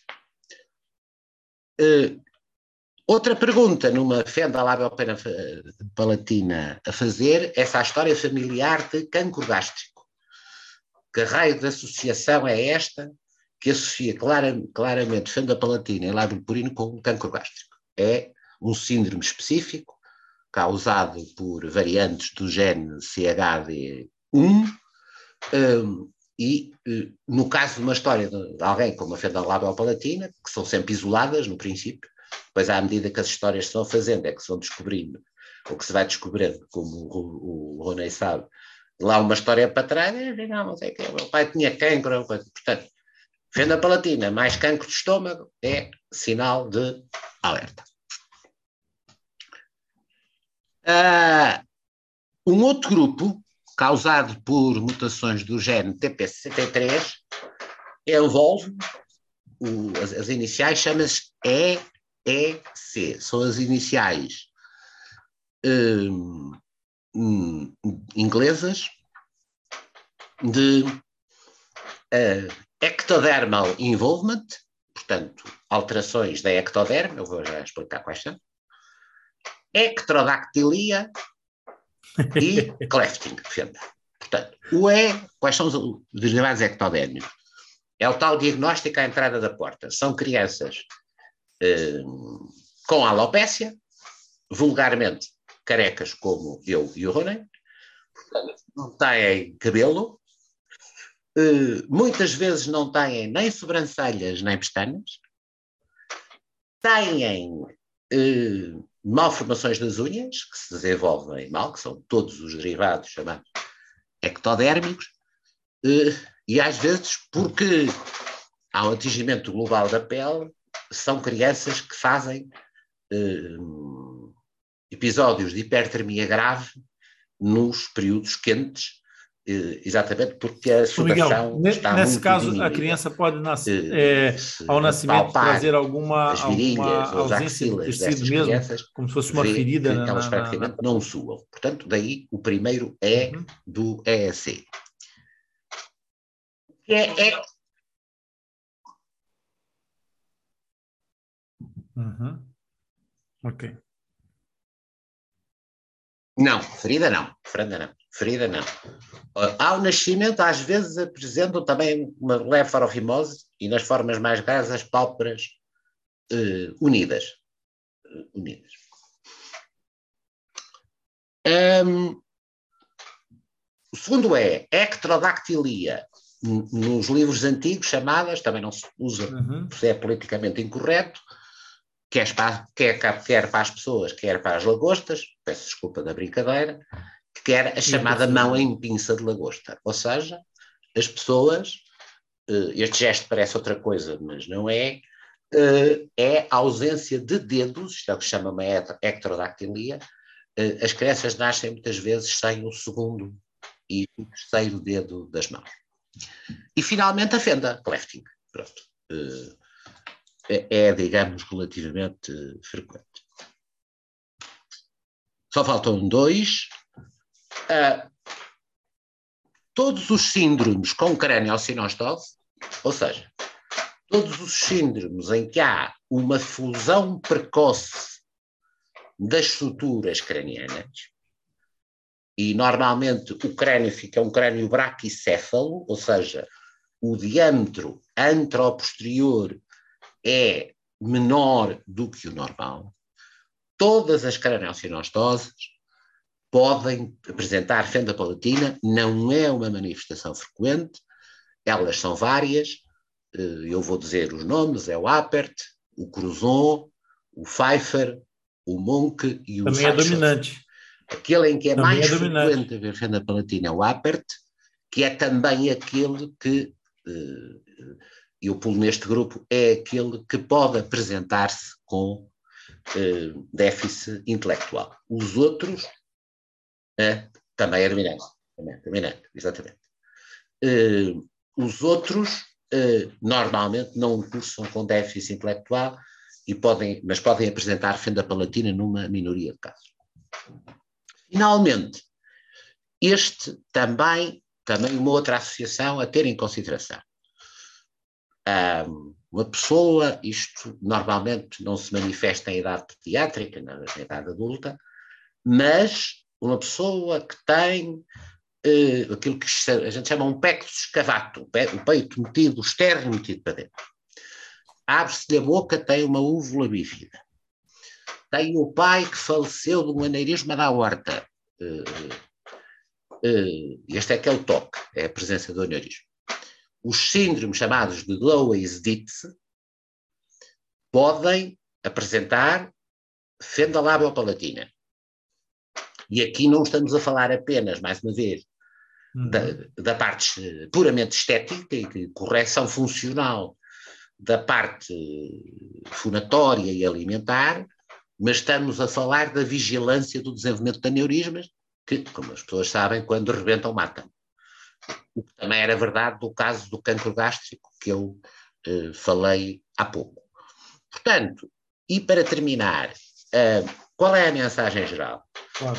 Speaker 1: Outra pergunta numa fenda lábio-palatina a fazer é a história familiar de cancro gástrico. Que raio de associação é esta que associa claramente fenda palatina e lábio leporino com cancro gástrico? É um síndrome específico causado por variantes do gene CHD1, e no caso de uma história de alguém com uma fenda labiopalatina, que são sempre isoladas no princípio, depois à medida que as histórias se vão fazendo, é que se vão descobrindo, ou que se vai descobrindo, como o Ronei sabe, lá uma história para trás, não sei o que, o meu pai tinha cancro, portanto, fenda palatina mais cancro de estômago é sinal de alerta. Um outro grupo, causado por mutações do gene TP63, envolve as iniciais, chama-se EEC, são as iniciais inglesas de ectodermal involvement, portanto, alterações da ectoderma, eu vou já explicar quais são, ectrodactilia e clefting, fenda. Portanto, quais são os derivados ectodérmicos? É o tal diagnóstico à entrada da porta. São crianças com alopécia, vulgarmente carecas como eu e o Rony, não têm cabelo, muitas vezes não têm nem sobrancelhas nem pestanas, têm malformações das unhas, que se desenvolvem mal, que são todos os derivados chamados ectodérmicos, e às vezes, porque há um atingimento global da pele, são crianças que fazem episódios de hipertermia grave nos períodos quentes, exatamente porque a sudação está
Speaker 2: nesse
Speaker 1: muito
Speaker 2: caso,
Speaker 1: diminuída.
Speaker 2: A criança pode nascer, ao nascimento trazer alguma
Speaker 1: as
Speaker 2: ausência de
Speaker 1: axilas
Speaker 2: tecido
Speaker 1: dessas
Speaker 2: mesmo,
Speaker 1: crianças,
Speaker 2: como se fosse uma ferida
Speaker 1: que elas praticamente não suam. Portanto, daí o primeiro é do EEC.
Speaker 2: Ok.
Speaker 1: Não, ferida não. Ferida não. Ao nascimento, às vezes, apresentam também uma leve farovimose e, nas formas mais graves, as pálpebras unidas. O segundo é ectrodactilia. Nos livros antigos, chamadas, também não se usa, porque é politicamente incorreto, quer para as pessoas, quer para as lagostas, peço desculpa da brincadeira, que era a chamada mão em pinça de lagosta. Ou seja, as pessoas, este gesto parece outra coisa, mas não é, é a ausência de dedos, isto é o que se chama uma ectrodactilia. As crianças nascem muitas vezes sem o segundo e o terceiro dedo das mãos. E finalmente a fenda, clefting. Pronto. Digamos, relativamente frequente. Só faltam dois. Todos os síndromes com crânio-sinostose, ou seja, todos os síndromes em que há uma fusão precoce das estruturas cranianas, e normalmente o crânio fica um crânio braquicéfalo, ou seja, o diâmetro anteroposterior é menor do que o normal, todas as craniosinostoses podem apresentar fenda palatina, não é uma manifestação frequente, elas são várias, eu vou dizer os nomes, é o Apert, o Cruzon, o Pfeiffer, o Monk e o
Speaker 2: também é dominante.
Speaker 1: Aquele em que é mais frequente haver fenda palatina é o Apert, que é também aquele que, eu pulo neste grupo, é aquele que pode apresentar-se com déficit intelectual. Os outros também é dominante. Dominante, exatamente. Os outros normalmente não cursam com déficit intelectual, mas podem apresentar fenda palatina numa minoria de casos. Finalmente, este também uma outra associação a ter em consideração. Uma pessoa, isto normalmente não se manifesta em idade pediátrica, na idade adulta, mas uma pessoa que tem aquilo que a gente chama um pectus scavato, o peito metido, o externo metido para dentro. Abre-se-lhe a boca, tem uma úvula bífida. Tenho o pai que faleceu de um aneurisma da aorta. Este é que é o TOC, é a presença do aneurisma. Os síndromes chamados de Loeys-Dietz podem apresentar fenda labiopalatina. E aqui não estamos a falar apenas, mais uma vez, da parte puramente estética e de correção funcional da parte fonatória e alimentar, mas estamos a falar da vigilância do desenvolvimento de aneurismas, que, como as pessoas sabem, quando rebentam, matam. O que também era verdade do caso do cancro gástrico, que eu falei há pouco. Portanto, e para terminar, qual é a mensagem geral?
Speaker 2: Claro.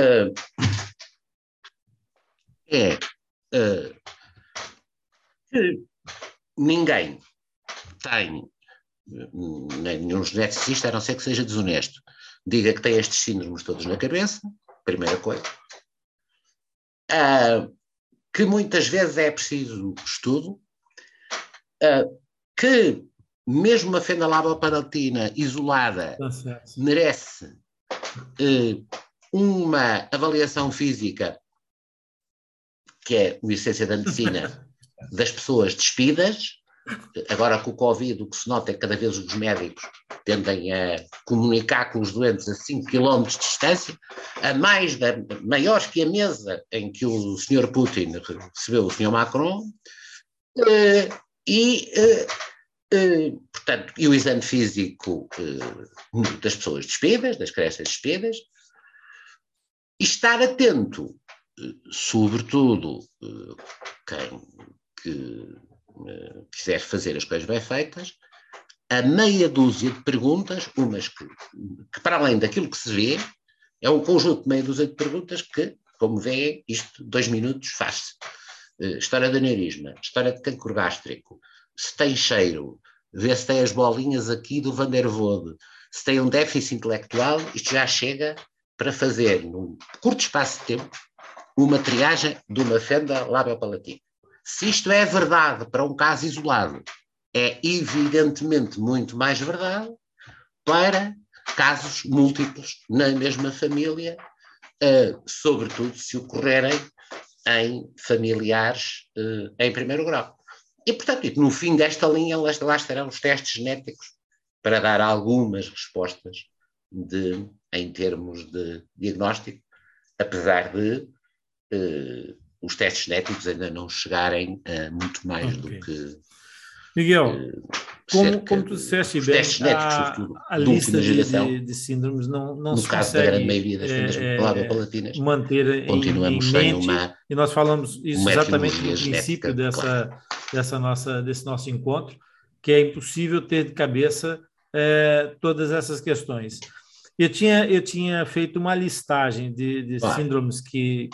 Speaker 1: Que ninguém tem, nenhum geneticista, a não ser que seja desonesto, diga que tem estes síndromes todos na cabeça, primeira coisa. Que muitas vezes é preciso estudo, que mesmo uma fenda labiopalatina isolada merece uma avaliação física, que é a essência da medicina, das pessoas despidas. Agora com o Covid, o que se nota é que cada vez os médicos tendem a comunicar com os doentes a 5 km de distância, maiores que a mesa em que o Sr. Putin recebeu o Sr. Macron, portanto, e o exame físico das pessoas despidas, das crianças despidas, e estar atento, sobretudo quem quiser fazer as coisas bem feitas, a meia dúzia de perguntas, umas que para além daquilo que se vê, é um conjunto de meia dúzia de perguntas que, como vê, isto 2 minutos faz-se. História de aneurisma, história de cancro gástrico, se tem cheiro, vê se tem as bolinhas aqui do Van der Voorde, se tem um déficit intelectual, isto já chega para fazer, num curto espaço de tempo, uma triagem de uma fenda labiopalatina. Se isto é verdade para um caso isolado, é evidentemente muito mais verdade para casos múltiplos na mesma família, sobretudo se ocorrerem em familiares em primeiro grau. E, portanto, no fim desta linha, lá estarão os testes genéticos para dar algumas respostas em termos de diagnóstico, apesar de os testes genéticos ainda não chegarem a muito mais do que...
Speaker 2: Miguel, como tu disseste bem, a lista de síndromes não se
Speaker 1: consegue, da grande maioria das fendas labiopalatinas,
Speaker 2: manter
Speaker 1: continuamos
Speaker 2: em mente,
Speaker 1: sem
Speaker 2: e nós falamos isso exatamente no princípio
Speaker 1: claro.
Speaker 2: desse nosso encontro, que é impossível ter de cabeça todas essas questões. Eu tinha feito uma listagem de
Speaker 1: claro.
Speaker 2: síndromes que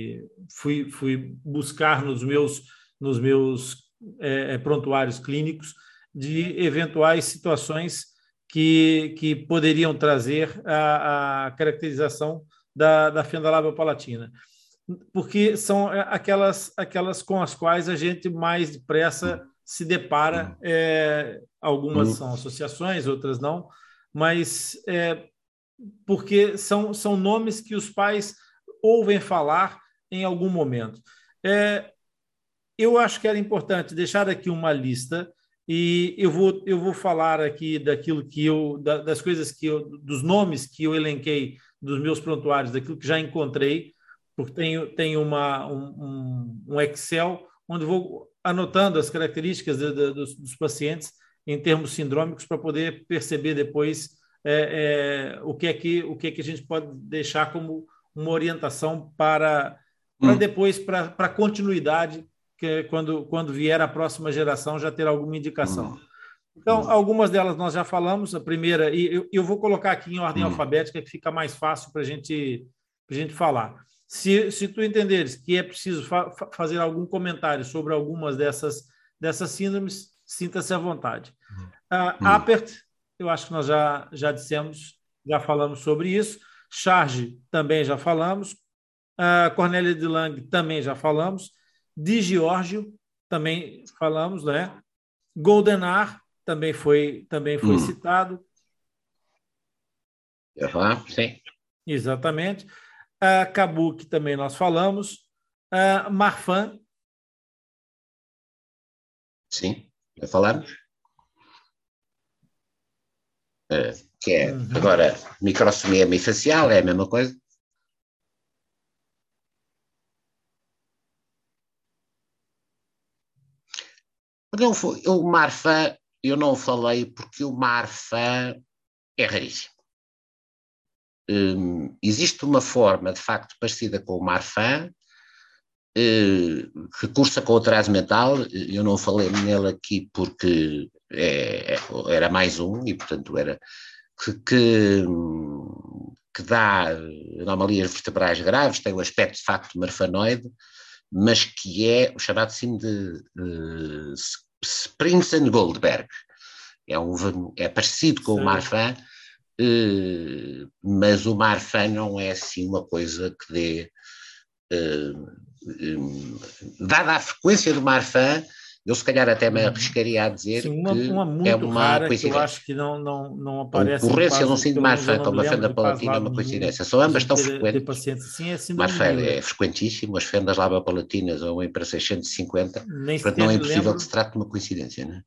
Speaker 2: fui buscar nos meus prontuários clínicos de eventuais situações que poderiam trazer a caracterização da fenda labiopalatina, porque são aquelas com as quais a gente mais depressa se depara. Algumas são associações, outras não, mas porque são nomes que os pais ouvem falar em algum momento. Eu acho que era importante deixar aqui uma lista, e eu vou falar aqui daquilo das coisas dos nomes que eu elenquei dos meus prontuários, daquilo que já encontrei, porque tenho um Excel onde vou anotando as características dos pacientes em termos sindrômicos para poder perceber depois o que é que a gente pode deixar como uma orientação para depois, para continuidade, que quando vier a próxima geração já ter alguma indicação. Então, algumas delas nós já falamos. A primeira, e eu vou colocar aqui em ordem alfabética, que fica mais fácil para a gente falar. Se tu entenderes que é preciso fazer algum comentário sobre algumas dessas síndromes, sinta-se à vontade. Apert, eu acho que nós já dissemos, já falamos sobre isso. Charge, também já falamos. Cornélia de Lange, também já falamos. De Giorgio, também falamos, né? Goldenar também foi citado.
Speaker 1: Sim.
Speaker 2: Exatamente. Kabuki também nós falamos. Marfan.
Speaker 1: Sim, já falamos. Que é, agora, microsomia hemifacial, é a mesma coisa. O Marfan, eu não falei porque o Marfan é raríssimo. Existe uma forma, de facto, parecida com o Marfan, que cursa com o atraso mental. Eu não falei nele aqui porque era mais um, e portanto era que dá anomalias vertebrais graves, tem o aspecto de facto marfanoide, mas que é o chamado síndrome de Prinzen-Goldberg. É parecido com o Marfan, mas o Marfan não é assim uma coisa que dê. Dada a frequência do Marfan, eu se calhar até me arriscaria a dizer
Speaker 2: Sim,
Speaker 1: que
Speaker 2: uma
Speaker 1: é
Speaker 2: muito
Speaker 1: uma
Speaker 2: rara, que eu
Speaker 1: coincidência.
Speaker 2: acho que não
Speaker 1: A
Speaker 2: aparece em
Speaker 1: ocorrência de um
Speaker 2: quase,
Speaker 1: síndrome de
Speaker 2: pelo menos eu
Speaker 1: Marfan
Speaker 2: não
Speaker 1: com
Speaker 2: me
Speaker 1: uma
Speaker 2: lembro
Speaker 1: fenda
Speaker 2: de quase
Speaker 1: palatina é
Speaker 2: lado
Speaker 1: uma
Speaker 2: nenhum,
Speaker 1: coincidência. São
Speaker 2: a
Speaker 1: ambas
Speaker 2: gente
Speaker 1: tão
Speaker 2: ter
Speaker 1: frequentes.
Speaker 2: pacientes assim, é síndrome de
Speaker 1: Marfan
Speaker 2: Miller.
Speaker 1: é frequentíssimo, as fendas labopalatinas vão em para 650,
Speaker 2: Nem
Speaker 1: portanto
Speaker 2: sequer
Speaker 1: não é
Speaker 2: me
Speaker 1: impossível que
Speaker 2: lembro.
Speaker 1: se trate de uma coincidência, não é?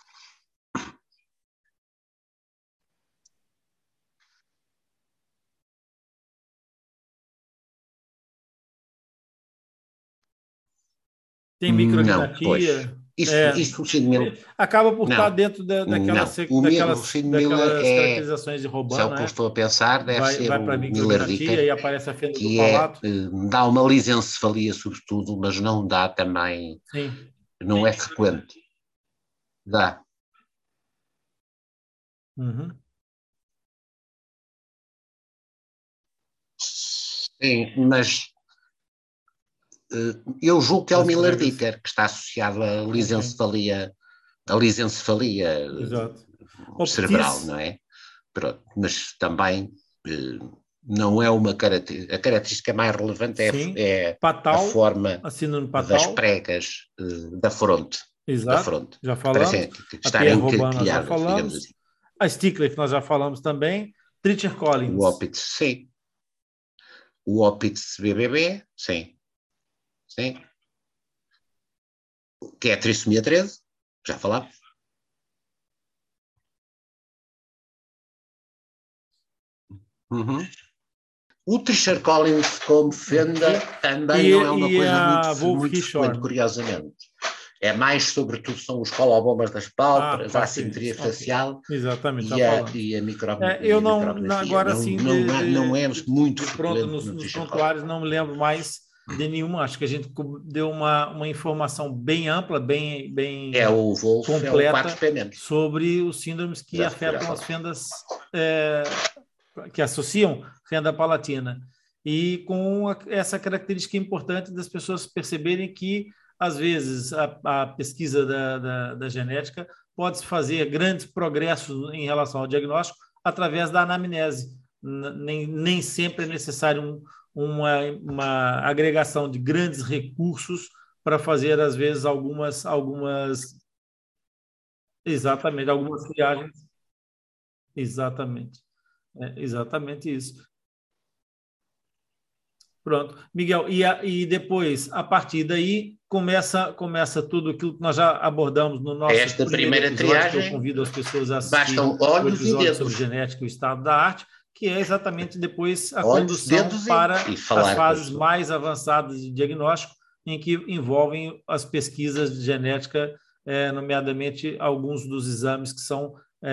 Speaker 2: Tem
Speaker 1: Não, pois.
Speaker 2: micrognatia.
Speaker 1: Isso o síndrome Miller,
Speaker 2: Acaba por estar
Speaker 1: não,
Speaker 2: dentro
Speaker 1: não. O síndrome Miller
Speaker 2: daquelas caracterizações de
Speaker 1: se é
Speaker 2: Robin,
Speaker 1: o que eu
Speaker 2: né?
Speaker 1: estou a pensar, deve ser
Speaker 2: Vai para a
Speaker 1: o Miller-Dicker,
Speaker 2: micrognatia e aparece a fenda do
Speaker 1: que
Speaker 2: palato.
Speaker 1: dá uma lisencefalia sobretudo, mas não dá também,
Speaker 2: Sim.
Speaker 1: não é frequente. Dá.
Speaker 2: Uhum.
Speaker 1: Sim, mas eu julgo que é o
Speaker 2: Das pregas.
Speaker 1: Miller-Dicker que está associado
Speaker 2: Ok.
Speaker 1: à lisencefalia
Speaker 2: Exato.
Speaker 1: cerebral,
Speaker 2: Optis.
Speaker 1: não é? Pronto, mas também não é uma característica. A característica mais relevante
Speaker 2: Sim.
Speaker 1: é a
Speaker 2: Patal.
Speaker 1: forma
Speaker 2: A síndrome
Speaker 1: das
Speaker 2: patal.
Speaker 1: pregas da
Speaker 2: Exato.
Speaker 1: fronte,
Speaker 2: Já
Speaker 1: que parecem
Speaker 2: falamos.
Speaker 1: que
Speaker 2: A
Speaker 1: estarem
Speaker 2: Pierre Robin nós já
Speaker 1: enquilhadas, digamos
Speaker 2: falamos.
Speaker 1: assim.
Speaker 2: A Stickler, que nós já falamos também. Treacher
Speaker 1: O
Speaker 2: Collins.
Speaker 1: ópito, sim. O ópito BBB, sim. Sim. Que é a trissomia 13, já falámos. Uhum. O Treacher Collins como fenda também não é uma
Speaker 2: E
Speaker 1: coisa
Speaker 2: a Wolf
Speaker 1: muito frequente,
Speaker 2: Hirschhorn.
Speaker 1: curiosamente. É mais, sobretudo, são os colobomas das pálpebras, a assimetria
Speaker 2: Pacientes. Ok.
Speaker 1: facial
Speaker 2: Exatamente, já
Speaker 1: e a,
Speaker 2: falamos.
Speaker 1: e a, micro,
Speaker 2: Eu
Speaker 1: e a micrografia.
Speaker 2: agora
Speaker 1: Não,
Speaker 2: assim,
Speaker 1: não é muito
Speaker 2: de pronto,
Speaker 1: frequente no
Speaker 2: nos
Speaker 1: Treacher Collins.
Speaker 2: prontuários, não me lembro mais de nenhuma. Acho que a gente deu uma informação bem ampla,
Speaker 1: É
Speaker 2: bem
Speaker 1: o Wolf, é o
Speaker 2: completa
Speaker 1: 4P-.
Speaker 2: sobre os síndromes que
Speaker 1: Exato, já
Speaker 2: afetam as
Speaker 1: falamos.
Speaker 2: fendas, que associam fenda palatina. E com essa característica importante das pessoas perceberem que, às vezes, a pesquisa da genética pode-se fazer grandes progressos em relação ao diagnóstico através da anamnese. Nem sempre é necessário uma agregação de grandes recursos para fazer, às vezes, exatamente, algumas triagens. Exatamente. Exatamente isso. Pronto. Miguel, e depois, a partir daí, começa tudo aquilo que nós já abordamos no nosso
Speaker 1: Esta
Speaker 2: primeiro
Speaker 1: primeira
Speaker 2: episódio, que eu
Speaker 1: triagem,
Speaker 2: convido as pessoas a assistir
Speaker 1: bastam
Speaker 2: o
Speaker 1: olhos e
Speaker 2: episódio sobre
Speaker 1: dedos.
Speaker 2: genética e o estado da arte, que é exatamente depois a
Speaker 1: Olhos,
Speaker 2: condução
Speaker 1: dedos
Speaker 2: para
Speaker 1: e
Speaker 2: as
Speaker 1: falar com as
Speaker 2: fases
Speaker 1: pessoas.
Speaker 2: mais avançadas de diagnóstico, em que envolvem as pesquisas de genética, nomeadamente alguns dos exames que são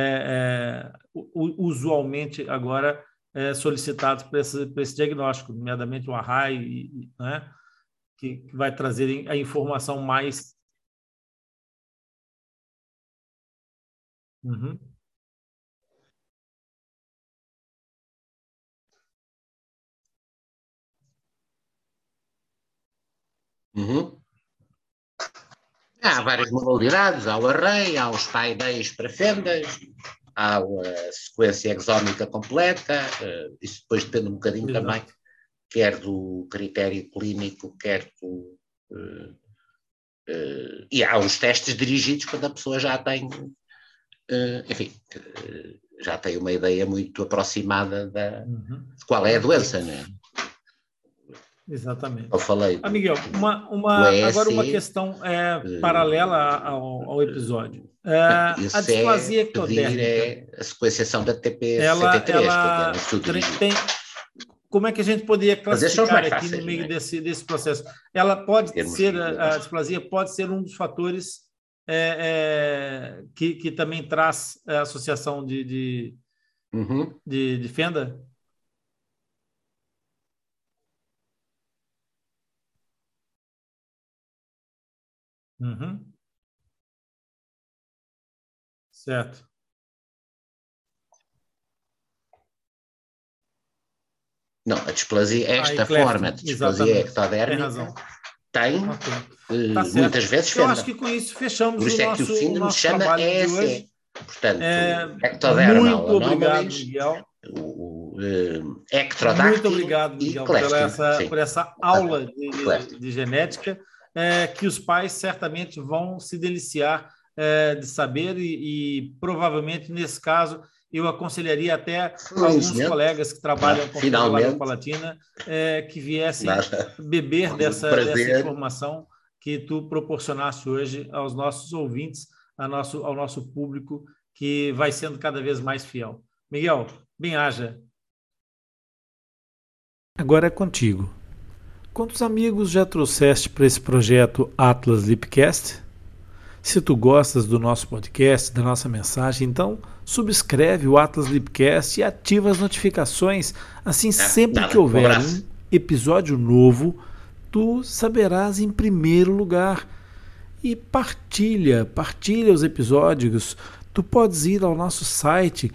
Speaker 2: usualmente agora solicitados para esse diagnóstico, nomeadamente o ARRAI, né, que vai trazer a informação mais. Uhum.
Speaker 1: Uhum. Há várias modalidades, há o array, há os painéis para fendas, há a sequência exómica completa, isso depois depende um bocadinho também,
Speaker 2: Exato.
Speaker 1: quer do critério clínico, quer do... e há os testes dirigidos quando a pessoa já tem, enfim, já tem uma ideia muito aproximada de qual é a doença, não é?
Speaker 2: Exatamente.
Speaker 1: Eu falei.
Speaker 2: Miguel, agora uma questão paralela ao episódio. A displasia ectodérmica.
Speaker 1: É a sequenciação da TP53.
Speaker 2: Como é que a gente poderia classificar aqui no meio desse processo? Ela pode ser, a displasia pode ser um dos fatores que também traz a associação de fenda? Certo.
Speaker 1: Não, a displasia, esta forma de displasia ectodérmica tem muitas vezes fenda.
Speaker 2: Eu acho que com isso fechamos
Speaker 1: Por isso
Speaker 2: o nosso,
Speaker 1: que o síndrome se chama ESE. Portanto,
Speaker 2: ectodermal muito obrigado, Miguel.
Speaker 1: Ectodáctilo.
Speaker 2: Muito obrigado, Miguel, por essa aula de genética, que os pais certamente vão se deliciar de saber e provavelmente, nesse caso, eu aconselharia até alguns colegas que trabalham com a Palatina que viessem beber dessa informação que tu proporcionaste hoje aos nossos ouvintes, ao nosso público, que vai sendo cada vez mais fiel. Miguel, bem-aja. Agora é contigo. Quantos amigos já trouxeste para esse projeto Atlas Lipcast? Se tu gostas do nosso podcast, da nossa mensagem, então subscreve o Atlas Lipcast e ativa as notificações. Assim, sempre que houver um episódio novo, tu saberás em primeiro lugar. E partilha os episódios. Tu podes ir ao nosso site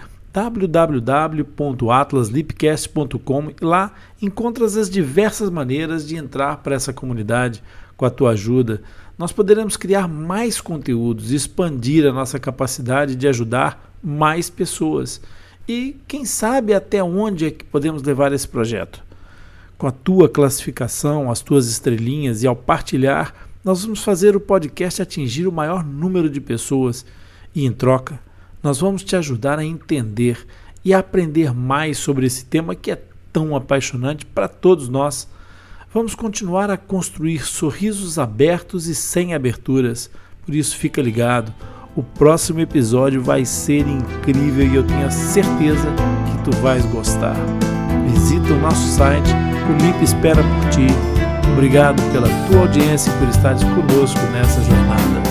Speaker 2: www.atlaslipcast.com e lá encontras as diversas maneiras de entrar para essa comunidade. Com a tua ajuda, nós poderemos criar mais conteúdos, expandir a nossa capacidade de ajudar mais pessoas. E quem sabe até onde é que podemos levar esse projeto? Com a tua classificação, as tuas estrelinhas e ao partilhar, nós vamos fazer o podcast atingir o maior número de pessoas. E em troca, nós vamos te ajudar a entender e a aprender mais sobre esse tema que é tão apaixonante para todos nós. Vamos continuar a construir sorrisos abertos e sem aberturas. Por isso, fica ligado. O próximo episódio vai ser incrível e eu tenho a certeza que tu vais gostar. Visita o nosso site, o Lip espera por ti. Obrigado pela tua audiência e por estares conosco nessa jornada.